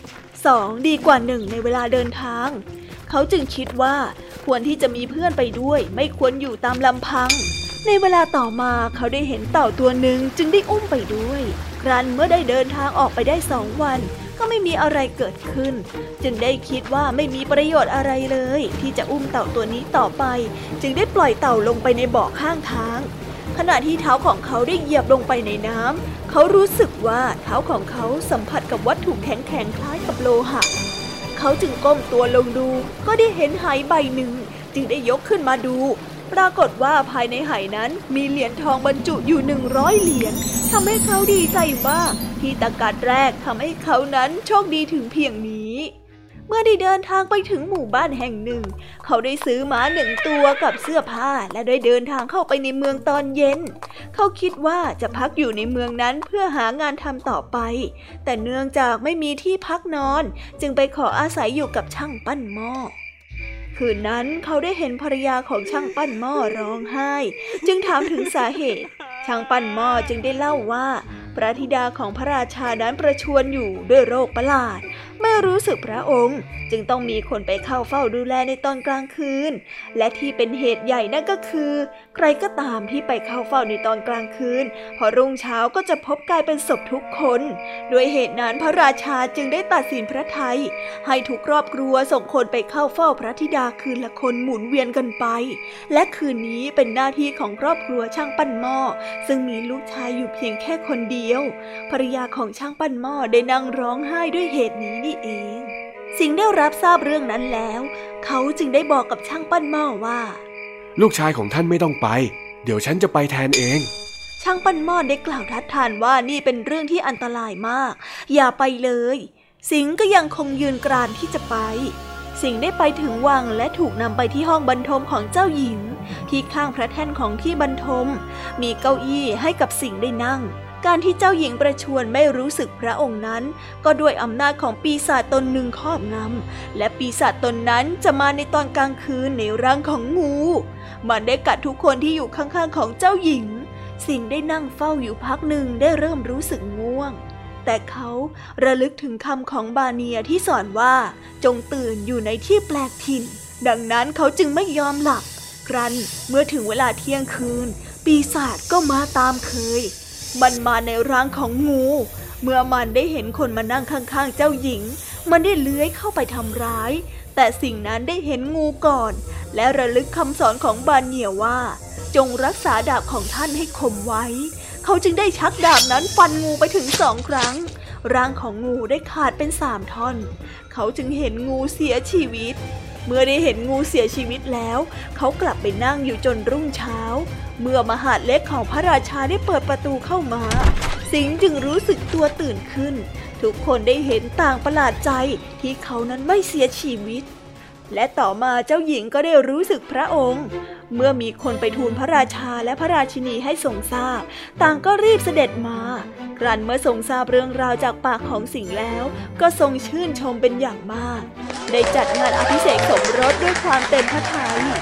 2ดีกว่า1ในเวลาเดินทางเขาจึงคิดว่าควรที่จะมีเพื่อนไปด้วยไม่ควรอยู่ตามลำพังในเวลาต่อมาเขาได้เห็นเต่าตัวหนึ่งจึงได้อุ้มไปด้วยครั้นเมื่อได้เดินทางออกไปได้2 วันก็ไม่มีอะไรเกิดขึ้นจึงได้คิดว่าไม่มีประโยชน์อะไรเลยที่จะอุ้มเต่าตัวนี้ต่อไปจึงได้ปล่อยเต่าลงไปในบ่อข้างทางขณะที่เท้าของเขาได้เหยียบลงไปในน้ำเขารู้สึกว่าเท้าของเขาสัมผัสกับวัตถุแข็งคล้ายกับโลหะเขาจึงก้มตัวลงดูก็ได้เห็นไหใบหนึ่งจึงได้ยกขึ้นมาดูปรากฏว่าภายในไหนั้นมีเหรียญทองบรรจุอยู่100 เหรียญทำให้เขาดีใจมากที่ตักกัสแรกทำให้เขานั้นโชคดีถึงเพียงนี้เมื่อได้เดินทางไปถึงหมู่บ้านแห่งหนึ่งเขาได้ซื้อม้า1 ตัวกับเสื้อผ้าและได้เดินทางเข้าไปในเมืองตอนเย็นเขาคิดว่าจะพักอยู่ในเมืองนั้นเพื่อหางานทำต่อไปแต่เนื่องจากไม่มีที่พักนอนจึงไปขออาศัยอยู่กับช่างปั้นหม้อคืนนั้นเขาได้เห็นภรรยาของช่างปั้นหม้อร้องไห้จึงถามถึงสาเหตุช่างปั้นหม้อจึงได้เล่าว่าพระธิดาของพระราชานั้นประชวรอยู่ด้วยโรคประหลาดไม่รู้สึกพระองค์จึงต้องมีคนไปเข้าเฝ้าดูแลในตอนกลางคืนและที่เป็นเหตุใหญ่นั่นก็คือใครก็ตามที่ไปเข้าเฝ้าในตอนกลางคืนพอรุ่งเช้าก็จะพบกลายเป็นศพทุกคนด้วยเหตุนั้นพระราชาจึงได้ตัดสินพระทัยให้ทุกครอบครัวส่งคนไปเข้าเฝ้าพระธิดาคืนละคนหมุนเวียนกันไปและคืนนี้เป็นหน้าที่ของครอบครัวช่างปั้นหม้อซึ่งมีลูกชายอยู่เพียงแค่คนเดียวภรรยาของช่างปั้นหม้อได้นั่งร้องไห้ด้วยเหตุนี้นี่เองสิงห์ได้รับทราบเรื่องนั้นแล้วเขาจึงได้บอกกับช่างปั้นหม้อว่าลูกชายของท่านไม่ต้องไปเดี๋ยวฉันจะไปแทนเองช่างปั้นหม้อได้กล่าวทัดทานว่านี่เป็นเรื่องที่อันตรายมากอย่าไปเลยสิงห์ก็ยังคงยืนกรานที่จะไปสิงห์ได้ไปถึงวังและถูกนำไปที่ห้องบรรทมของเจ้าหญิงที่ข้างพระแท่นของที่บรรทมมีเก้าอี้ให้กับสิงห์ได้นั่งการที่เจ้าหญิงประชวรไม่รู้สึกพระองค์นั้นก็ด้วยอำนาจของปีศาจตนหนึ่งครอบงำและปีศาจตนนั้นจะมาในตอนกลางคืนในร่างของงูมันได้กัดทุกคนที่อยู่ข้างๆของเจ้าหญิงสิงห์ได้นั่งเฝ้าอยู่พักหนึ่งได้เริ่มรู้สึกง่วงแต่เขาระลึกถึงคำของบาเนียที่สอนว่าจงตื่นอยู่ในที่แปลกถิ่นดังนั้นเขาจึงไม่ยอมหลับครั้นเมื่อถึงเวลาเที่ยงคืนปีศาจก็มาตามเคยมันมาในร่างของงูเมื่อมันได้เห็นคนมานั่งข้างๆเจ้าหญิงมันได้เลื้อยเข้าไปทำร้ายแต่สิ่งนั้นได้เห็นงูก่อนและระลึกคำสอนของบาเนียว่าจงรักษาดาบของท่านให้คมไว้เขาจึงได้ชักดาบนั้นฟันงูไปถึง2 ครั้งร่างของงูได้ขาดเป็น3 ท่อนเขาจึงเห็นงูเสียชีวิตเมื่อได้เห็นงูเสียชีวิตแล้วเขากลับไปนั่งอยู่จนรุ่งเช้าเมื่อมหาดเล็กของพระราชาได้เปิดประตูเข้ามาสิงห์จึงรู้สึกตัวตื่นขึ้นทุกคนได้เห็นต่างประหลาดใจที่เขานั้นไม่เสียชีวิตและต่อมาเจ้าหญิงก็ได้รู้สึกพระองค์เมื่อมีคนไปทูลพระราชาและพระราชินีให้ทรงทราบต่างก็รีบเสด็จมาครั้นเมื่อทรงทราบเรื่องราวจากปากของสิงห์แล้วก็ทรงชื่นชมเป็นอย่างมากได้จัดงานอภิเษกสมรสด้วยความเต็มพระทัย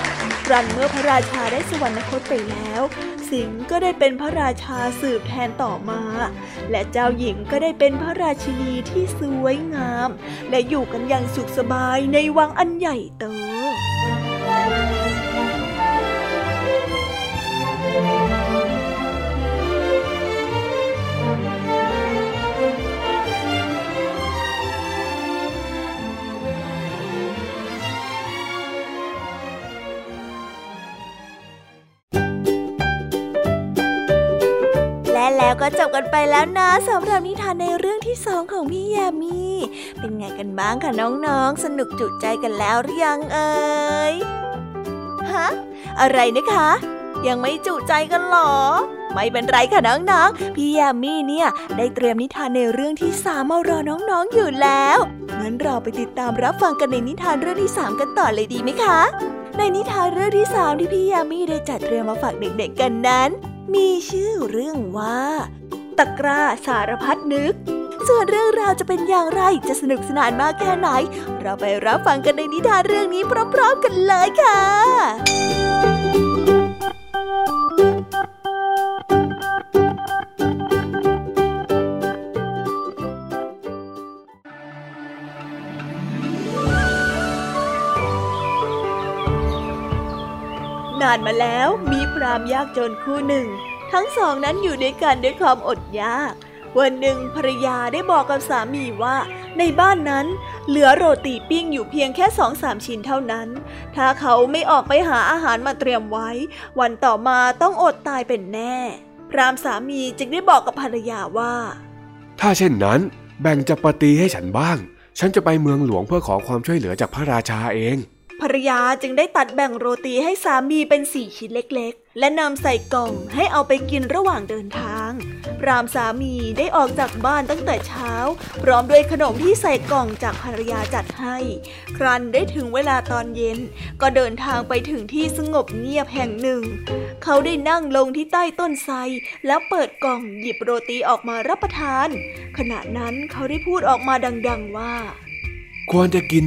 ครั้นเมื่อพระราชาได้สวรรคตไปแล้วสิงห์ก็ได้เป็นพระราชาสืบแทนต่อมาและเจ้าหญิงก็ได้เป็นพระราชินีที่สวยงามและอยู่กันอย่างสุขสบายในวังอันใหญ่โตแล้วก็จบกันไปแล้วนะสำหรับนิทานในเรื่องที่2ของพี่ยามีเป็นไงกันบ้างคะน้องๆสนุกจุใจกันแล้วหรือยังเอ่ยฮะอะไรนะคะยังไม่จุใจกันหรอไม่เป็นไรค่ะน้องๆพี่ยามีเนี่ยได้เตรียมนิทานในเรื่องที่3มารอน้องๆอยู่แล้วงั้นเราไปติดตามรับฟังกันในนิทานเรื่องที่3กันต่อเลยดีไหมคะในนิทานเรื่องที่3ที่พี่ยามีได้จัดเตรียมมาฝากเด็กๆกันนั้นมีชื่อเรื่องว่าตะกร้าสารพัดนึกส่วนเรื่องราวจะเป็นอย่างไรจะสนุกสนานมากแค่ไหนเราไปรับฟังกันในนิทานเรื่องนี้พร้อมๆกันเลยค่ะนานมาแล้วมีพราหมณ์ยากจนคู่หนึ่งทั้งสองนั้นอยู่ด้วยกันด้วยความอดอยากวันหนึ่งภรรยาได้บอกกับสามีว่าในบ้านนั้นเหลือโรตีปิ้งอยู่เพียงแค่ 2-3 ชิ้นเท่านั้นถ้าเขาไม่ออกไปหาอาหารมาเตรียมไว้วันต่อมาต้องอดตายเป็นแน่พราหมณ์สามีจึงได้บอกกับภรรยาว่าถ้าเช่นนั้นแบ่งจัปาตีให้ฉันบ้างฉันจะไปเมืองหลวงเพื่อขอความช่วยเหลือจากพระราชาเองภรรยาจึงได้ตัดแบ่งโรตีให้สามีเป็น4ชิ้นเล็กๆและนำใส่กล่องให้เอาไปกินระหว่างเดินทางพราหมณ์สามีได้ออกจากบ้านตั้งแต่เช้าพร้อมด้วยขนมที่ใส่กล่องจากภรรยาจัดให้ครั้นได้ถึงเวลาตอนเย็นก็เดินทางไปถึงที่สงบเงียบแห่งหนึ่งเขาได้นั่งลงที่ใต้ต้นไทรแล้วเปิดกล่องหยิบโรตีออกมารับประทานขณะนั้นเขาได้พูดออกมาดังๆว่าควรจะกิน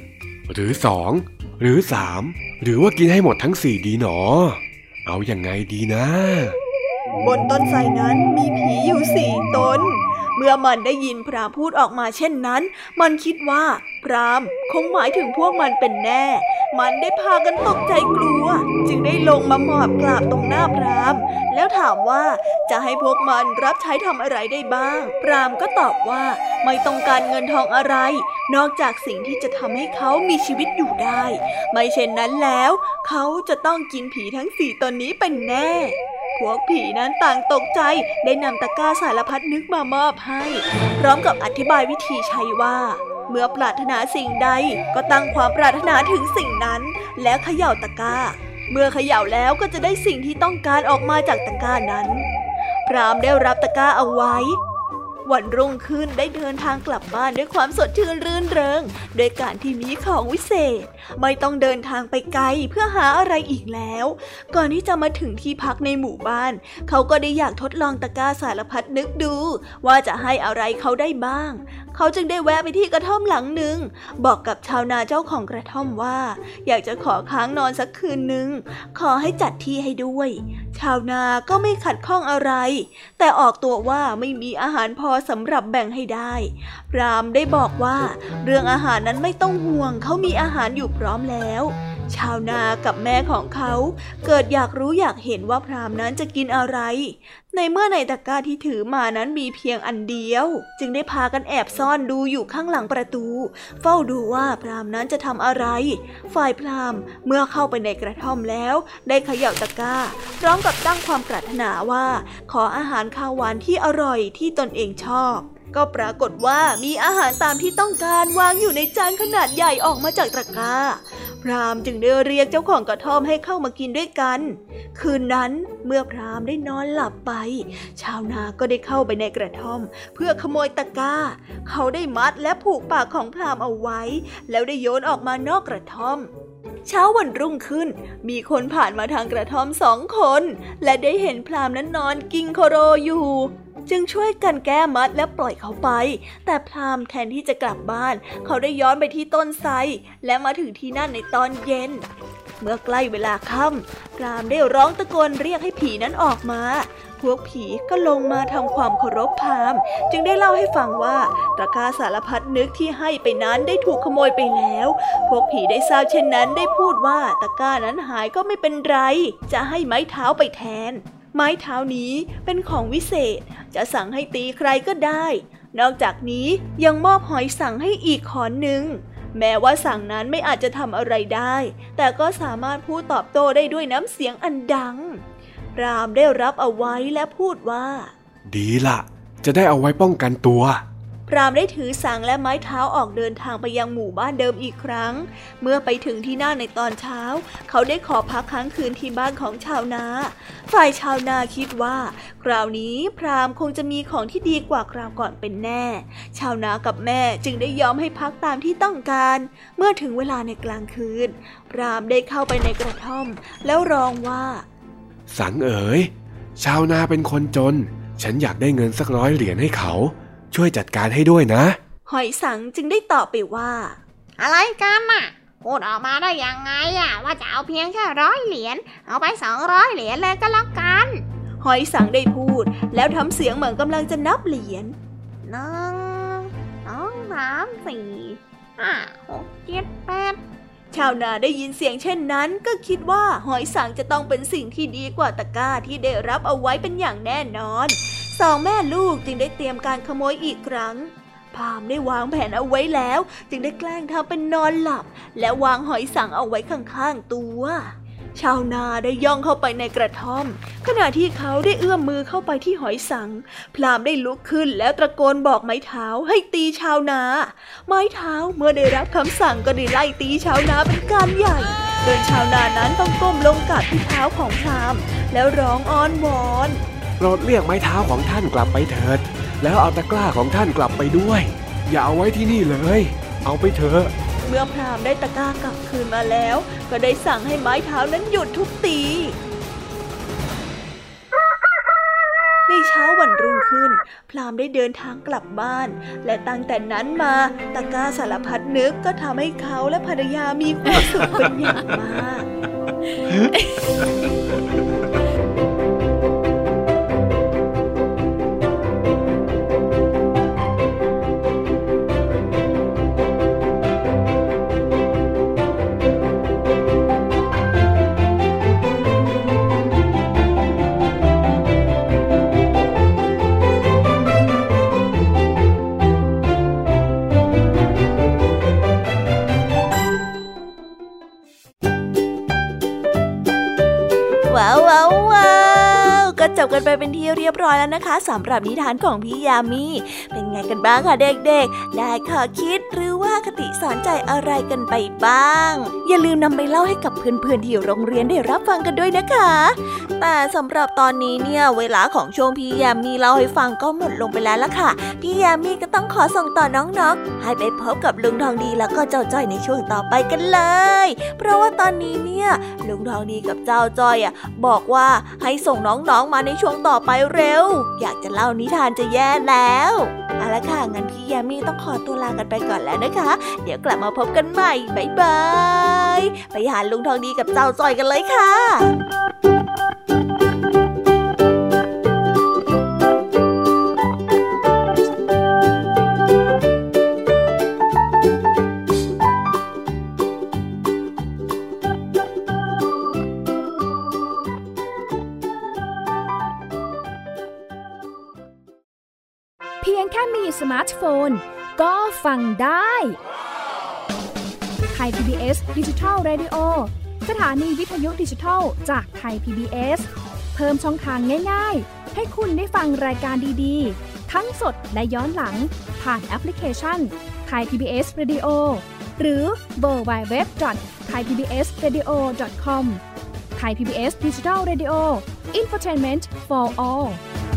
1หรือ2หรือ3หรือว่ากินให้หมดทั้ง4ดีหนอเอายังไงดีนะบนต้นไทรนั้นมีผีอยู่4ตนเมื่อมันได้ยินพราหมณ์พูดออกมาเช่นนั้นมันคิดว่าพราหมณ์คงหมายถึงพวกมันเป็นแน่มันได้พากันตกใจกลัวจึงได้ลงมาหมอบกราบตรงหน้าพราหมณ์แล้วถามว่าจะให้พวกมันรับใช้ทำอะไรได้บ้างพราหมณ์ก็ตอบว่าไม่ต้องการเงินทองอะไรนอกจากสิ่งที่จะทำให้เขามีชีวิตอยู่ได้ไม่เช่นนั้นแล้วเขาจะต้องกินผีทั้ง4ตนนี้เป็นแน่พวกผีนั้นต่างตกใจได้นำตะกร้าสารพัดนึกมามอบให้พร้อมกับอธิบายวิธีใช้ว่าเมื่อปรารถนาสิ่งใดก็ตั้งความปรารถนาถึงสิ่งนั้นแล้วเขย่าตะกร้าเมื่อเขย่าแล้วก็จะได้สิ่งที่ต้องการออกมาจากตะกร้านั้นพราหมณ์ได้รับตะกร้าเอาไว้วันรุ่งขึ้นได้เดินทางกลับบ้านด้วยความสดชื่นรื่นเริงโดยการที่มีของวิเศษไม่ต้องเดินทางไปไกลเพื่อหาอะไรอีกแล้วก่อนที่จะมาถึงที่พักในหมู่บ้านเขาก็ได้อยากทดลองตะกร้าสารพัดนึกดูว่าจะให้อะไรเขาได้บ้างเขาจึงได้แวะไปที่กระท่อมหลังหนึ่งบอกกับชาวนาเจ้าของกระท่อมว่าอยากจะขอค้างนอนสักคืนนึงขอให้จัดที่ให้ด้วยชาวนาก็ไม่ขัดข้องอะไรแต่ออกตัวว่าไม่มีอาหารพอสำหรับแบ่งให้ได้พราหมณ์ได้บอกว่าเรื่องอาหารนั้นไม่ต้องห่วงเขามีอาหารอยู่พร้อมแล้วชาวนากับแม่ของเขาเกิดอยากรู้อยากเห็นว่าพราหมณ์นั้นจะกินอะไรในเมื่อในตะกร้าที่ถือมานั้นมีเพียงอันเดียวจึงได้พากันแอบซ่อนดูอยู่ข้างหลังประตูเฝ้าดูว่าพราหมณ์นั้นจะทำอะไรฝ่ายพราหมณ์เมื่อเข้าไปในกระท่อมแล้วได้เขย่าตะกร้าพร้อมกับตั้งความปรารถนาว่าขออาหารข้าวหวานที่อร่อยที่ตนเองชอบก็ปรากฏว่ามีอาหารตามที่ต้องการวางอยู่ในจานขนาดใหญ่ออกมาจากตะกร้าพราหมณ์จึงได้เรียกเจ้าของกระท่อมให้เข้ามากินด้วยกันคืนนั้นเมื่อพราหมณ์ได้นอนหลับไปชาวนาก็ได้เข้าไปในกระท่อมเพื่อขโมยตะกร้าเขาได้มัดและผูกปากของพราหมณ์เอาไว้แล้วได้โยนออกมานอกกระท่อมเช้าวันรุ่งขึ้นมีคนผ่านมาทางกระท่อม2 คนและได้เห็นพราหมณ์นั้นนอนกิ้งโคโรอยู่จึงช่วยกันแก้มัดและปล่อยเขาไปแต่พราหมณ์แทนที่จะกลับบ้านเขาได้ย้อนไปที่ต้นไทรและมาถึงที่นั่นในตอนเย็นเมื่อใกล้เวลาค่ำพราหมณ์ได้ร้องตะโกนเรียกให้ผีนั้นออกมาพวกผีก็ลงมาทำความเคารพพราหมณ์จึงได้เล่าให้ฟังว่าตะกร้าสารพัดนึกที่ให้ไปนั้นได้ถูกขโมยไปแล้วพวกผีได้ทราบเช่นนั้นได้พูดว่าตะกร้านั้นหายก็ไม่เป็นไรจะให้ไม้เท้าไปแทนไม้เท้านี้เป็นของวิเศษจะสั่งให้ตีใครก็ได้นอกจากนี้ยังมอบหอยสังให้อีกขอนหนึ่งแม้ว่าสังนั้นไม่อาจจะทำอะไรได้แต่ก็สามารถพูดตอบโต้ได้ด้วยน้ำเสียงอันดังพราหมณ์ได้รับเอาไว้และพูดว่าดีล่ะจะได้เอาไว้ป้องกันตัวพราหมณ์ได้ถือสังและไม้เท้าออกเดินทางไปยังหมู่บ้านเดิมอีกครั้งเมื่อไปถึงที่นั่นในตอนเช้าเขาได้ขอพักค้างคืนที่บ้านของชาวนาฝ่ายชาวนาคิดว่าคราวนี้พราหมณ์คงจะมีของที่ดีกว่าคราวก่อนเป็นแน่ชาวนากับแม่จึงได้ยอมให้พักตามที่ต้องการเมื่อถึงเวลาในกลางคืนพราหมณ์ได้เข้าไปในกระท่อมแล้วร้องว่าสังเอ๋ยชาวนาเป็นคนจนฉันอยากได้เงินสัก100 เหรียญให้เขาช่วยจัดการให้ด้วยนะหอยสังจึงได้ตอบไปว่าอะไรกันน่ะพูดออกมาได้ยังไงว่าจะเอาเพียงแค่100 เหรียญเอาไป200 เหรียญเลยก็แล้วกันหอยสังได้พูดแล้วทำเสียงเหมือนกำลังจะนับเหรียญ 1 2 3 4 5 6 7 8 ชาวนาได้ยินเสียงเช่นนั้นก็คิดว่าหอยสังจะต้องเป็นสิ่งที่ดีกว่าตะกร้าที่ได้รับเอาไว้เป็นอย่างแน่นอน2 แม่ลูกจึงได้เตรียมการขโมยอีกครั้งพราหมณ์ได้วางแผนเอาไว้แล้วจึงได้แกล้งทำเป็นนอนหลับและวางหอยสังเอาไว้ข้างๆตัวชาวนาได้ย่องเข้าไปในกระท่อมขณะที่เขาได้เอื้อมมือเข้าไปที่หอยสังพราหมณ์ได้ลุกขึ้นแล้วตะโกนบอกไม้เท้าให้ตีชาวนาไม้เท้าเมื่อได้รับคำสั่งก็ได้ไล่ตีชาวนาเป็นการใหญ่โดยชาวนานั้นต้องก้มลงกราบที่เท้าของพราหมณ์แล้วร้องอ้อนวอนโปรดเรียกไม้เท้าของท่านกลับไปเถิดแล้วเอาตะกร้าของท่านกลับไปด้วยอย่าเอาไว้ที่นี่เลยเอาไปเถอะเมื่อพราหมณ์ได้ตะกร้ากลับคืนมาแล้วก็ได้สั่งให้ไม้เท้านั้นหยุดทุบตีในเช้าวันรุ่งขึ้นพราหมณ์ได้เดินทางกลับบ้านและตั้งแต่นั้นมาตะกร้าสารพัดนึกก็ทำให้เขาและภรรยามีความสุขเป็นอย่างมากจบกันไปเป็นที่เรียบร้อยแล้วนะคะสำหรับนิทานของพี่ยามีเป็นไงกันบ้างคะเด็กๆได้ข้อคิดหรือว่าคติสอนใจอะไรกันไปบ้างอย่าลืมนำไปเล่าให้กับเพื่อนๆที่โรงเรียนได้รับฟังกันด้วยนะคะแต่สำหรับตอนนี้เนี่ยเวลาของช่วงพี่ยามีเล่าให้ฟังก็หมดลงไปแล้วล่ะค่ะพี่ยามีก็ต้องขอส่งต่อน้องๆให้ไปพบกับลุงทองดีแล้วก็เจ้าจ้อยในช่วงต่อไปกันเลยเพราะว่าตอนนี้เนี่ยลุงทองดีกับเจ้าจ้อยบอกว่าให้ส่งน้องๆมาในช่วงต่อไปเร็วอยากจะเล่านิทานจะแย่แล้วเอาละค่ะงั้นพี่ยามีต้องขอตัวลากันไปก่อนแล้วนะคะเดี๋ยวกลับมาพบกันใหม่บ๊ายบายไปหาลุงทองดีกับเจ้าจ้อยกันเลยค่ะเพียงแค่มีสมาร์ทโฟนก็ฟังได้ไทย PBS Digital Radio สถานีวิทยุดิจิทัลจากไทย PBS เพิ่มช่องทางง่ายๆให้คุณได้ฟังรายการดีๆทั้งสดและย้อนหลังผ่านแอปพลิเคชัน Thai PBS Radio หรือ www.thaipbsradio.com Thai PBS Digital Radio Infotainment for all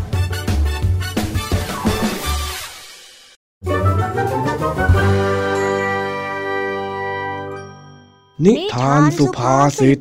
นิทานสุภาษิต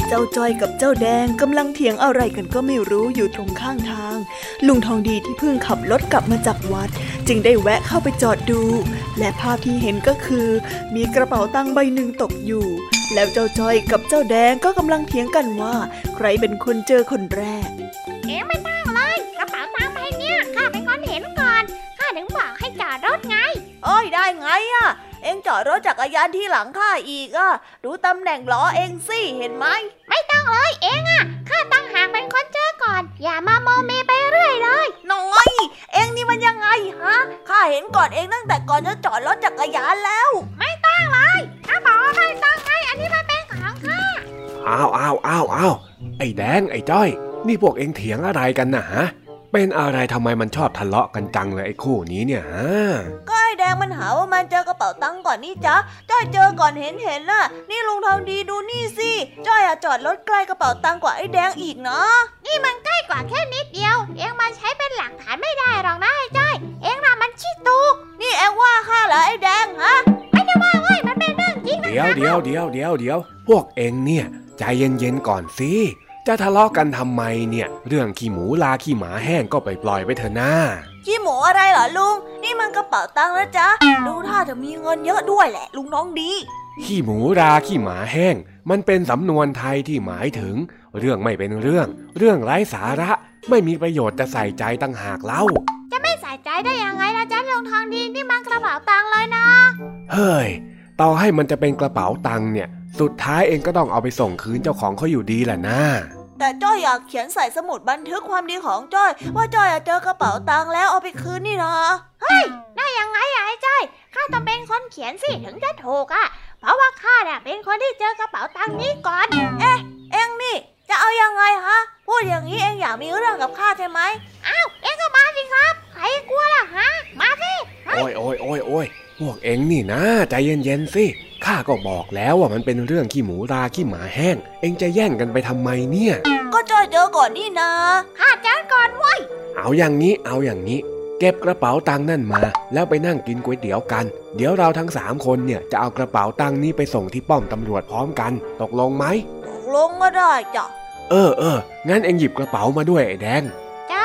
เจ้าจ้อยกับเจ้าแดงกำลังเถียงอะไรกันก็ไม่รู้อยู่ตรงข้างทางลุงทองดีที่เพิ่งขับรถกลับมาจากวัดจึงได้แวะเข้าไปจอดดูและภาพที่เห็นก็คือมีกระเป๋าตังค์ใบหนึ่งตกอยู่แล้วเจ้าจ้อยกับเจ้าแดงก็กำลังเถียงกันว่าใครเป็นคนเจอคนแรกไม่ต้องเลยกระเป๋าตังค์ใบเนี้ยข้าเป็นคนเห็นก่อนข้าถึงบอกให้จอดรถไงได้ไงอ่ะเอ็งจอดรถจักรยานที่หลังข้าอีกอ่ะดูตำแหน่งล้อเอ็งสิเห็นไหมไม่ต้องเลยเอ็งอ่ะข้าตั้งหากเป็นคนเจอก่อนอย่ามาโมเมไปเรื่อยเลยน้อยเอ็งนี่มันยังไงฮะข้าเห็นก่อนเอ็งตั้งแต่ก่อนจะจอดรถจักรยานแล้วไม่ต้องเลยข้าบอกไม่ต้องไงอันนี้มันเป็นของข้าอ้าวไอ้แดงไอ้จ้อยนี่พวกเอ็งเถียงอะไรกันนะฮะเป็นอะไรทำไมมันชอบทะเลาะกันจังเลยไอ้คู่นี้เนี่ยฮะก็ไอ้แดงมันหาว่ามันเจอกระเป๋าตังค์ก่อนนี่จ๊ะจ้อยเจอก่อนเห็นน่ะนี่ลุงทองดีดูนี่สิจ้อยจอดรถใกล้กระเป๋าตังค์กว่าไอ้แดงอีกเนาะนี่มันใกล้กว่าแค่นิดเดียวเอ็งมาใช้เป็นหลักฐานไม่ได้หรอกนะไอ้จ้อยเอ็งน่ะมันขี้ตุกนี่เอ็งว่าข้าเหรอไอ้แดงฮะไม่ได้ว่าเว้ยมันเป็นเรื่องจริงนะเดี๋ยวพวกเอ็งเนี่ยใจเย็นๆก่อนสิจะทะเลาะกันทำไมเนี่ยเรื่องขี้หมูลาขี้หมาแห้งก็ปล่อยไปเถอะนะขี้หมูอะไรเหรอลุงนี่มันกระเป๋าตังค์นะจ๊ะดูท่าจะมีเงินเยอะด้วยแหละลุงน้องดีขี้หมูราขี้หมาแห้งมันเป็นสำนวนไทยที่หมายถึงเรื่องไม่เป็นเรื่องไร้สาระไม่มีประโยชน์จะใส่ใจตั้งหากเล่าจะไม่ใส่ใจได้ยังไงล่ะจ๊ะลุงทองดีนี่มันกระเป๋าตังค์เลยนะเฮ้ยต่อให้มันจะเป็นกระเป๋าตังค์เนี่ยสุดท้ายเองก็ต้องเอาไปส่งคืนเจ้าของเขาอยู่ดีแหละนะแต่จ้อยอยากเขียนใส่สมุดบันทึกความดีของจ้อยว่าจ้อยเจอกระเป๋าตังค์แล้วเอาไปคืนนี่นะเฮ้ยได้ยังไงไอ้จ้อยข้าต้องเป็นคนเขียนสิถึงจะถูกอ่ะเพราะว่าข้าเนี่ยเป็นคนที่เจอกระเป๋าตังค์นี้ก่อนเอ็งนี่จะเอายังไงฮะพูดอย่างนี้เอ็งอยากมีเรื่องกับข้าใช่ไหมอ้าวเอ็งก็มาสิครับใครกลัวล่ะฮะมาสิโอ้ยพวกเอ็งนี่นะใจเย็นๆสิข้าก็บอกแล้วว่ามันเป็นเรื่องขี้หมูราขี้หมาแห้งเอ็งจะแย่งกันไปทำไมเนี่ยก็จ้อยเจอก่อนนี่นะข้าเจอก่อนเว้ยเอาอย่างนี้เก็บกระเป๋าตังค์นั่นมาแล้วไปนั่งกินก๋วยเตี๋ยวกันเดี๋ยวเราทั้ง3คนเนี่ยจะเอากระเป๋าตังค์นี้ไปส่งที่ป้อมตำรวจพร้อมกันตกลงไหมตกลงก็ได้จ้ะงั้นเอ็งหยิบกระเป๋ามาด้วยไอ้แดงจ้า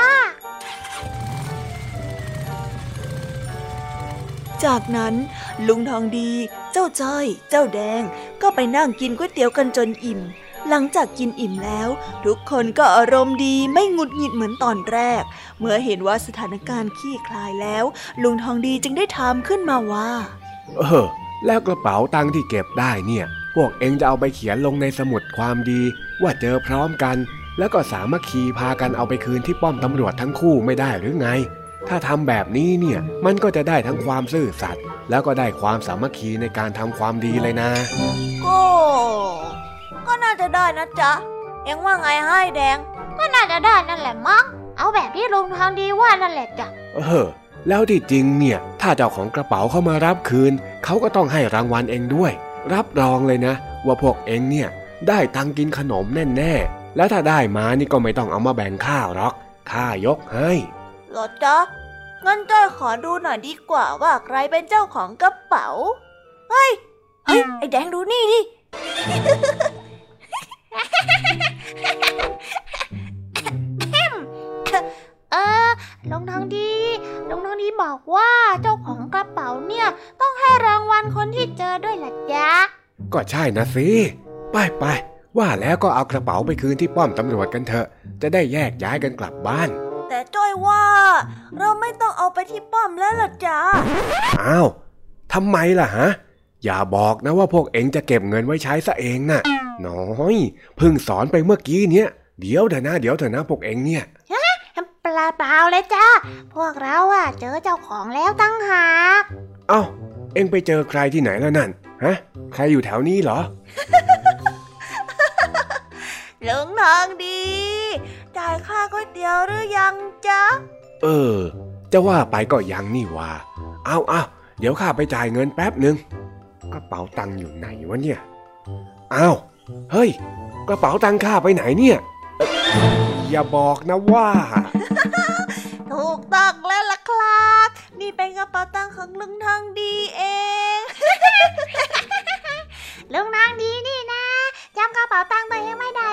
จากนั้นลุงทองดีเจ้าจ้อยเจ้าแดงก็ไปนั่งกินก๋วยเตี๋ยวกันจนอิ่มหลังจากกินอิ่มแล้วทุกคนก็อารมณ์ดีไม่หงุดหงิดเหมือนตอนแรกเมื่อเห็นว่าสถานการณ์คลี่คลายแล้วลุงทองดีจึงได้ถามขึ้นมาว่าแล้วกระเป๋าตังค์ที่เก็บได้เนี่ยพวกเอ็งจะเอาไปเขียนลงในสมุดความดีว่าเจอพร้อมกันแล้วก็สามัคคีพากันเอาไปคืนที่ป้อมตำรวจทั้งคู่ไม่ได้หรือไงถ้าทำแบบนี้เนี่ยมันก็จะได้ทั้งความซื่อสัตย์แล้วก็ได้ความสามัคคีในการทำความดีเลยนะก็น่าจะได้นะจ๊ะเอ็งว่าไงให้แดงก็น่าจะได้นั่นแหละมั้งเอาแบบที่ลุงทองดีว่านั่นแหละจ้ะแล้วที่จริงเนี่ยถ้าเจ้าของกระเป๋าเข้ามารับคืนเขาก็ต้องให้รางวัลเองด้วยรับรองเลยนะว่าพวกเอ็งเนี่ยได้ตังกินขนมแน่ๆแล้วถ้าได้มานี่ก็ไม่ต้องเอามาแบ่งข้าวหรอกข้ายกให้หรอจ๊ะงั้นจ้อยขอดูหน่อยดีกว่าว่าใครเป็นเจ้าของกระเป๋าเฮ้ยไอ้แดงดูนี่ดิลุงทองดีบอกว่าเจ้าของกระเป๋าเนี่ยต้องให้รางวัลคนที่เจอด้วยล่ะจ๊ะก็ใช่นะสิไปว่าแล้วก็เอากระเป๋าไปคืนที่ป้อมตำรวจกันเถอะจะได้แยกย้ายกันกลับบ้านแต่จ้อยว่าเราไม่ต้องเอาไปที่ป้อมแล้วล่ะจ๊ะอ้าวทำไมล่ะฮะอย่าบอกนะว่าพวกเอ็งจะเก็บเงินไว้ใช้ซะเองน่ะน้อยเพิ่งสอนไปเมื่อกี้เนี้ยเดี๋ยวเถอะนะพวกเอ็งเนี่ยเปล่าเลยจ้าพวกเราเจอเจ้าของแล้วตั้งหากเอ้าเอ็งไปเจอใครที่ไหนแล้วนั่นฮะใครอยู่แถวนี้เหรอลุงทองดีจ่ายค่าก๋วยเตี๋ยวหรือยังจ๊ะจะว่าไปก็ยังนี่ว่าเอาเดี๋ยวข้าไปจ่ายเงินแป๊บนึงกระเป๋าตังค์อยู่ไหนวะเนี่ยอ้าวเฮ้ยกระเป๋าตังค์ข้าไปไหนเนี่ยอย่าบอกนะว่าถูกต้องแล้วล่ะครับนี่เป็นกระเป๋าตังค์ของลุงทองดีเองลุงทองดีนี่นะจำกระเป๋าตังค์ตัวเองไม่ได้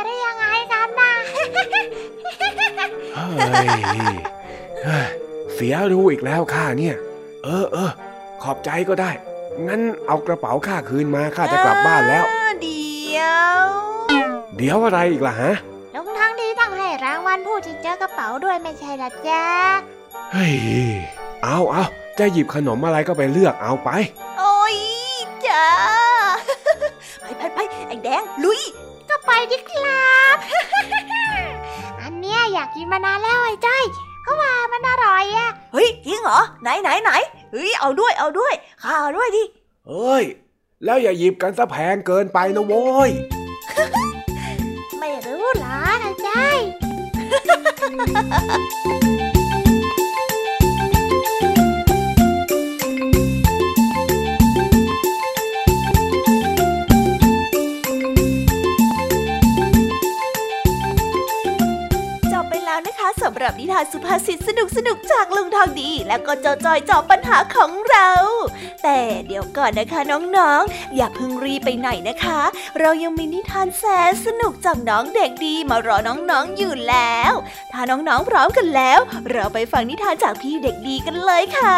เสียรู้อีกแล้วข้าเนี่ยขอบใจก็ได้งั้นเอากระเป๋าข้าคืนมาข้าจะกลับบ้านแล้วเดี๋ยวอะไรอีกล่ะฮะลงทั้งดีต้องให้รางวัลผู้ที่เจอกระเป๋าด้วยไม่ใช่หรอจ๊ะเฮ้ยเอาจะหยิบขนมอะไรก็ไปเลือกเอาไปโอ้ยจ้าไปไอ้แดงลุยก็ไปดิครับ อันเนี้ยอยากกินมานานแล้วไอ้จ้อยก็ว่ามันอร่อยอ่ะเฮ้ยจริงเหรอไหนเฮ้ยเอาด้วยข้าเอาด้วยดิเฮ้ยแล้วอย่าหยิบกันซะแพงเกินไปนะโว้ยไม่รู้หรอนะจ้อยสำหรับนิทานสุภาษิตสนุกจากลุงทองดีและก็เจ้าจอยจอบปัญหาของเราแต่เดี๋ยวก่อนนะคะน้องๆอย่าเพิ่งรีบไปไหนนะคะเรายังมีนิทานแสนสนุกจากน้องเด็กดีมารอน้องๆอยู่แล้วถ้าน้องๆพร้อมกันแล้วเราไปฟังนิทานจากพี่เด็กดีกันเลยค่ะ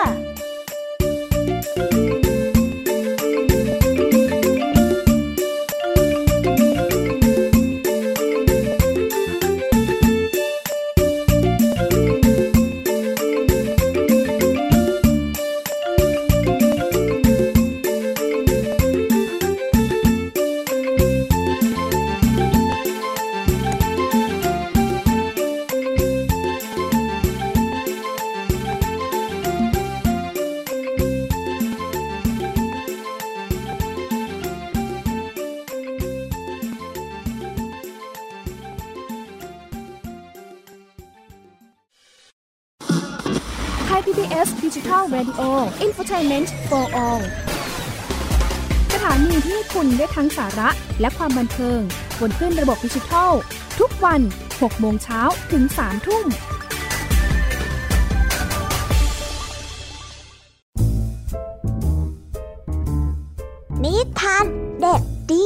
PBS Digital Radio Infotainment for All สถานีที่คุณได้ทั้งสาระและความบันเทิงบนคลื่นระบบดิจิทัลทุกวัน 6 โมงเช้าถึง 3 ทุ่มนิทานเด็กดี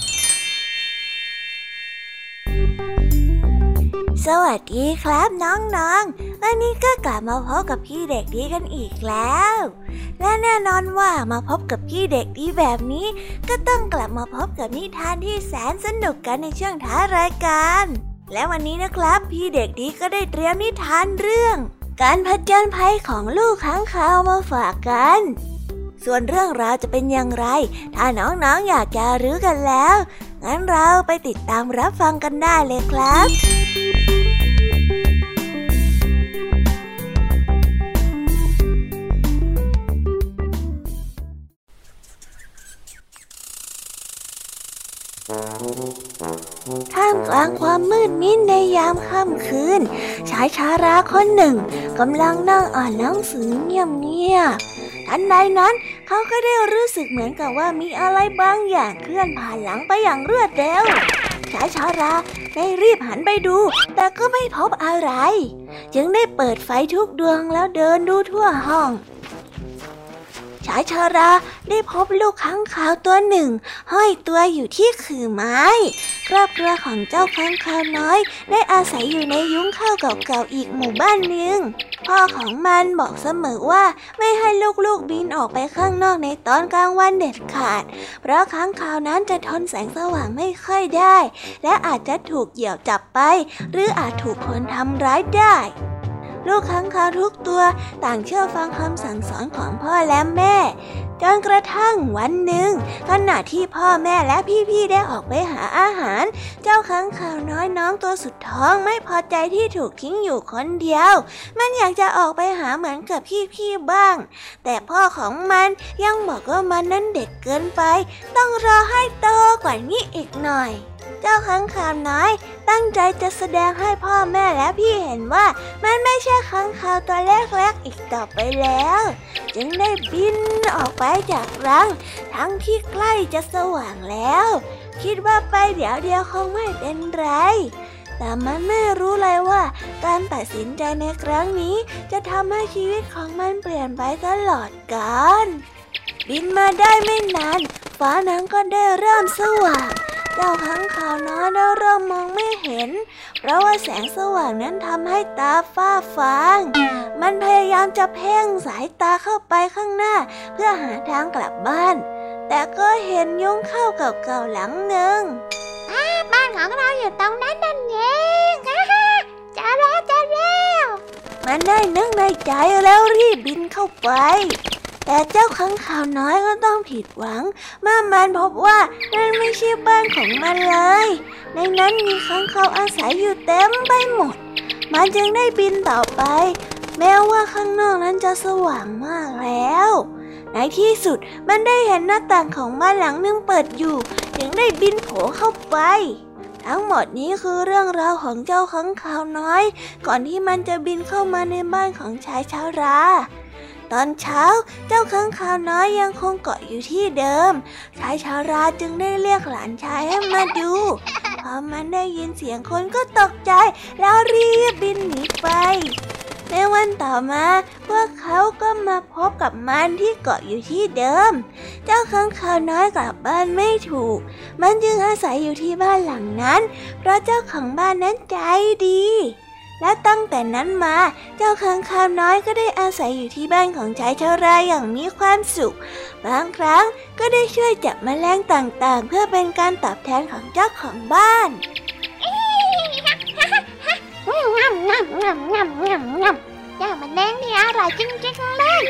สวัสดีครับน้องๆวันนี้ก็กลับมาพบกับพี่เด็กดีกันอีกแล้วและแน่นอนว่ามาพบกับพี่เด็กดีแบบนี้ก็ต้องกลับมาพบกับนิทานที่แสนสนุกกันในช่วงท้ายรายการและวันนี้นะครับพี่เด็กดีก็ได้เตรียมนิทานเรื่องการผจญภัยของลูกค้างคาวมาฝากกันส่วนเรื่องราวจะเป็นอย่างไรถ้าน้องๆอยากจะรู้กันแล้วงั้นเราไปติดตามรับฟังกันได้เลยครับท่ามกลางความมืดมิดในยามค่ำคืนชายชาราคนหนึ่งกำลังนั่งอ่านหนังสือเงียบๆทันใดนั้นเขาก็ได้รู้สึกเหมือนกับว่ามีอะไรบางอย่างเคลื่อนผ่านหลังไปอย่างรวดเร็วชายชาราได้รีบหันไปดูแต่ก็ไม่พบอะไรจึงได้เปิดไฟทุกดวงแล้วเดินดูทั่วห้องชายชาราได้พบลูกค้างคาวตัวหนึ่งห้อยตัวอยู่ที่ขื่อไม้ครอบครัวของเจ้าค้างคาวน้อยได้อาศัยอยู่ในยุ้งข้าวเก่าๆอีกหมู่บ้านหนึ่งพ่อของมันบอกเสมอว่าไม่ให้ลูกๆบินออกไปข้างนอกในตอนกลางวันเด็ดขาดเพราะค้างคาวนั้นจะทนแสงสว่างไม่ค่อยได้และอาจจะถูกเหยี่ยวจับไปหรืออาจถูกคนทำร้ายได้ลูกค้างคาวทุกตัวต่างเชื่อฟังคำสั่งสอนของพ่อและแม่จนกระทั่งวันหนึ่งขณะที่พ่อแม่และพี่ๆได้ออกไปหาอาหารเจ้าค้างคาวน้อยน้องตัวสุดท้องไม่พอใจที่ถูกทิ้งอยู่คนเดียวมันอยากจะออกไปหาเหมือนกับพี่ๆบ้างแต่พ่อของมันยังบอกว่ามันนั้นเด็กเกินไปต้องรอให้โตกว่านี้อีกหน่อยเจ้าค้างคาวน้อยตั้งใจจะแสดงให้พ่อแม่และพี่เห็นว่ามันไม่ใช่ค้างคาวตัวเล็กๆอีกต่อไปแล้วจึงได้บินออกไปจากรังทั้งที่ใกล้จะสว่างแล้วคิดว่าไปเดี๋ยวคงไม่เป็นไรแต่มันไม่รู้เลยว่าการตัดสินใจในครั้งนี้จะทำให้ชีวิตของมันเปลี่ยนไปตลอดกาลบินมาได้ไม่นานฟ้านั้นก็ได้เริ่มสว่างเจ้าค้างคาวน้อยได้เริ่มมองไม่เห็นเพราะว่าแสงสว่างนั้นทำให้ตาฝ้าฟางมันพยายามจะเพ่งสายตาเข้าไปข้างหน้าเพื่อหาทางกลับบ้านแต่ก็เห็นยุ้งข้าวเก่าๆหลังหนึ่งบ้านของเราอยู่ตรงนั้นนั่นเองจะแล้วมันได้นึกในใจแล้วรีบบินเข้าไปแต่เจ้าค้างคาวน้อยก็ต้องผิดหวังเมื่อมันพบว่านั่นไม่ใช่บ้านของมันเลยในนั้นมีค้างคาวอาศัยอยู่เต็มไปหมดมันจึงได้บินต่อไปแม้ว่าข้างนอกนั้นจะสว่างมากแล้วในที่สุดมันได้เห็นหน้าต่างของบ้านหลังนึงเปิดอยู่จึงได้บินโผล่เข้าไปทั้งหมดนี้คือเรื่องราวของเจ้าค้างคาวน้อยก่อนที่มันจะบินเข้ามาในบ้านของชายชราตอนเช้าเจ้าค้างคาวน้อยยังคงเกาะอยู่ที่เดิมชายชราจึงได้เรียกหลานชายให้มาดูพอมันได้ยินเสียงคนก็ตกใจแล้วรีบบินหนีไปในวันต่อมาพวกเขาก็มาพบกับมันที่เกาะอยู่ที่เดิมเจ้าค้างคาวน้อยกลับบ้านไม่ถูกมันจึงอาศัยอยู่ที่บ้านหลังนั้นเพราะเจ้าของบ้านนั้นใจดีและตั้งแต่นั้นมาเจ้าค้างคาวน้อยก็ได้อาศัยอยู่ที่บ้านของชายชราอย่างมีความสุขบางครั้งก็ได้ช่วยจับแมลงต่างๆเพื่อเป็นการตอบแทนของเจ้าของบ้านเจ้าแมลงนี่อร่อยจริงๆเลย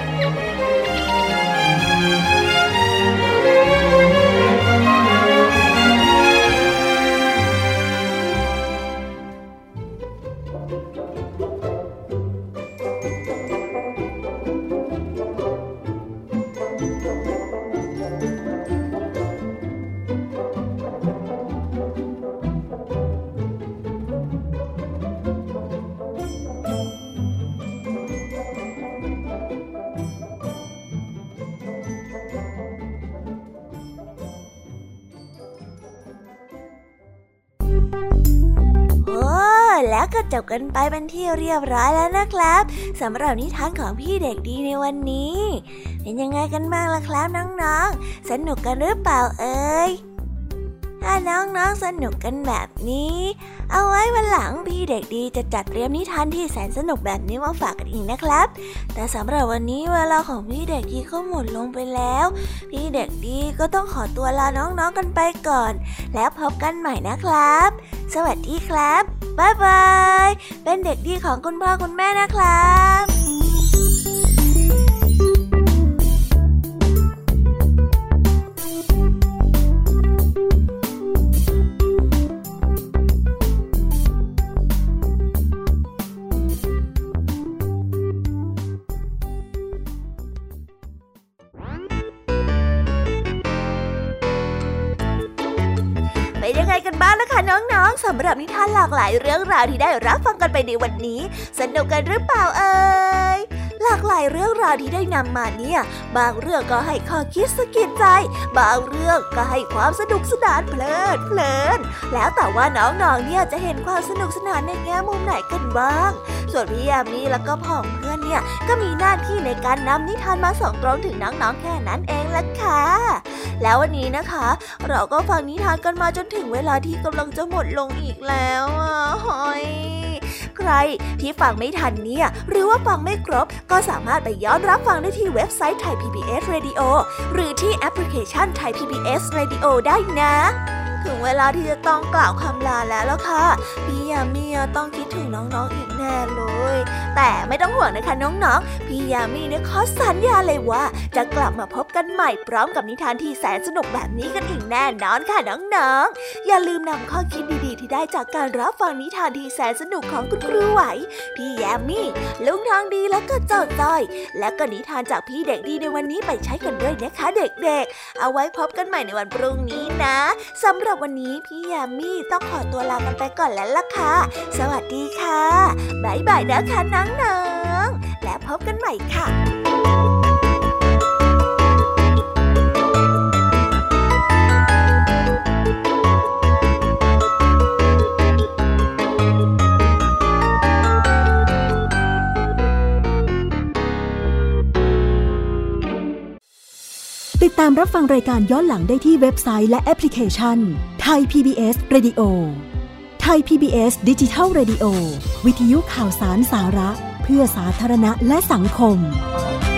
แล้วก็จบกันไปเป็นที่เรียบร้อยแล้วนะครับสำหรับนิทานของพี่เด็กดีในวันนี้เป็นยังไงกันบ้างล่ะครับน้องๆสนุกกันหรือเปล่าเอ่ยถ้าน้องๆสนุกกันแบบนี้เอาไว้วันหลังพี่เด็กดีจะจัดเตรียมนิทานที่แสนสนุกแบบนี้มาฝากกันอีกนะครับแต่สำหรับวันนี้เวลาของพี่เด็กดีก็หมดลงไปแล้วพี่เด็กดีก็ต้องขอตัวลาน้องๆกันไปก่อนแล้วพบกันใหม่นะครับสวัสดีครับบ๊ายบายเป็นเด็กดีของคุณพ่อคุณแม่นะครับเป็นยังไงกันบ้างล่ะคะน้องๆสำหรับนิทานหลากหลายเรื่องราวที่ได้รับฟังกันไปในวันนี้สนุกกันหรือเปล่าเอ่ยหลากหลายเรื่องราวที่ได้นำมาเนี่ยบางเรื่องก็ให้ข้อคิดสะกิดใจบางเรื่องก็ให้ความสนุกสนานเพลิดแล้วแต่ว่าน้องๆเนี่ยจะเห็นความสนุกสนานในแง่มุมไหนกันบ้างส่วนพี่ยามีแล้วก็พ่องเพื่อนเนี่ยก็มีหน้าที่ในการนำนิทานมาส่งตรงถึงน้องๆแค่นั้นเองล่ะค่ะแล้ววันนี้นะคะเราก็ฟังนิทานกันมาจนถึงเวลาที่กำลังจะหมดลงอีกแล้วหอยใครที่ฟังไม่ทันเนี่ยหรือว่าฟังไม่ครบก็สามารถไปย้อนรับฟังได้ที่เว็บไซต์ Thai PBS Radio หรือที่แอปพลิเคชัน Thai PBS Radio ได้นะถึงเวลาที่จะต้องกล่าวคำลาแล้วล่ะค่ะพี่ยามีต้องคิดถึงน้องๆอีกแน่เลยแต่ไม่ต้องห่วงนะคะน้องๆพี่ยามีเนี่ยขอสัญญาเลยว่าจะกลับมาพบกันใหม่พร้อมกับนิทานที่แสนสนุกแบบนี้กันอีกแน่นอนค่ะน้องๆอย่าลืมนำข้อคิดดีๆที่ได้จากการรับฟังนิทานที่แสนสนุกของคุณครูไหวพี่ยามีลุงทองดีและก็เจ้าจ้อยและก็นิทานจากพี่เด็กดีในวันนี้ไปใช้กันด้วยนะคะเด็กๆเอาไว้พบกันใหม่ในวันพรุ่งนี้นะสำหรับวันนี้พี่ยามีต้องขอตัวลากันไปก่อนแล้วล่ะค่ะสวัสดีค่ะบ๊ายบายนะคะน้องๆและพบกันใหม่ค่ะติดตามรับฟังรายการย้อนหลังได้ที่เว็บไซต์และแอปพลิเคชัน Thai PBS Radio Thai PBS Digital Radio วิทยุข่าวสารสาระเพื่อสาธารณะและสังคม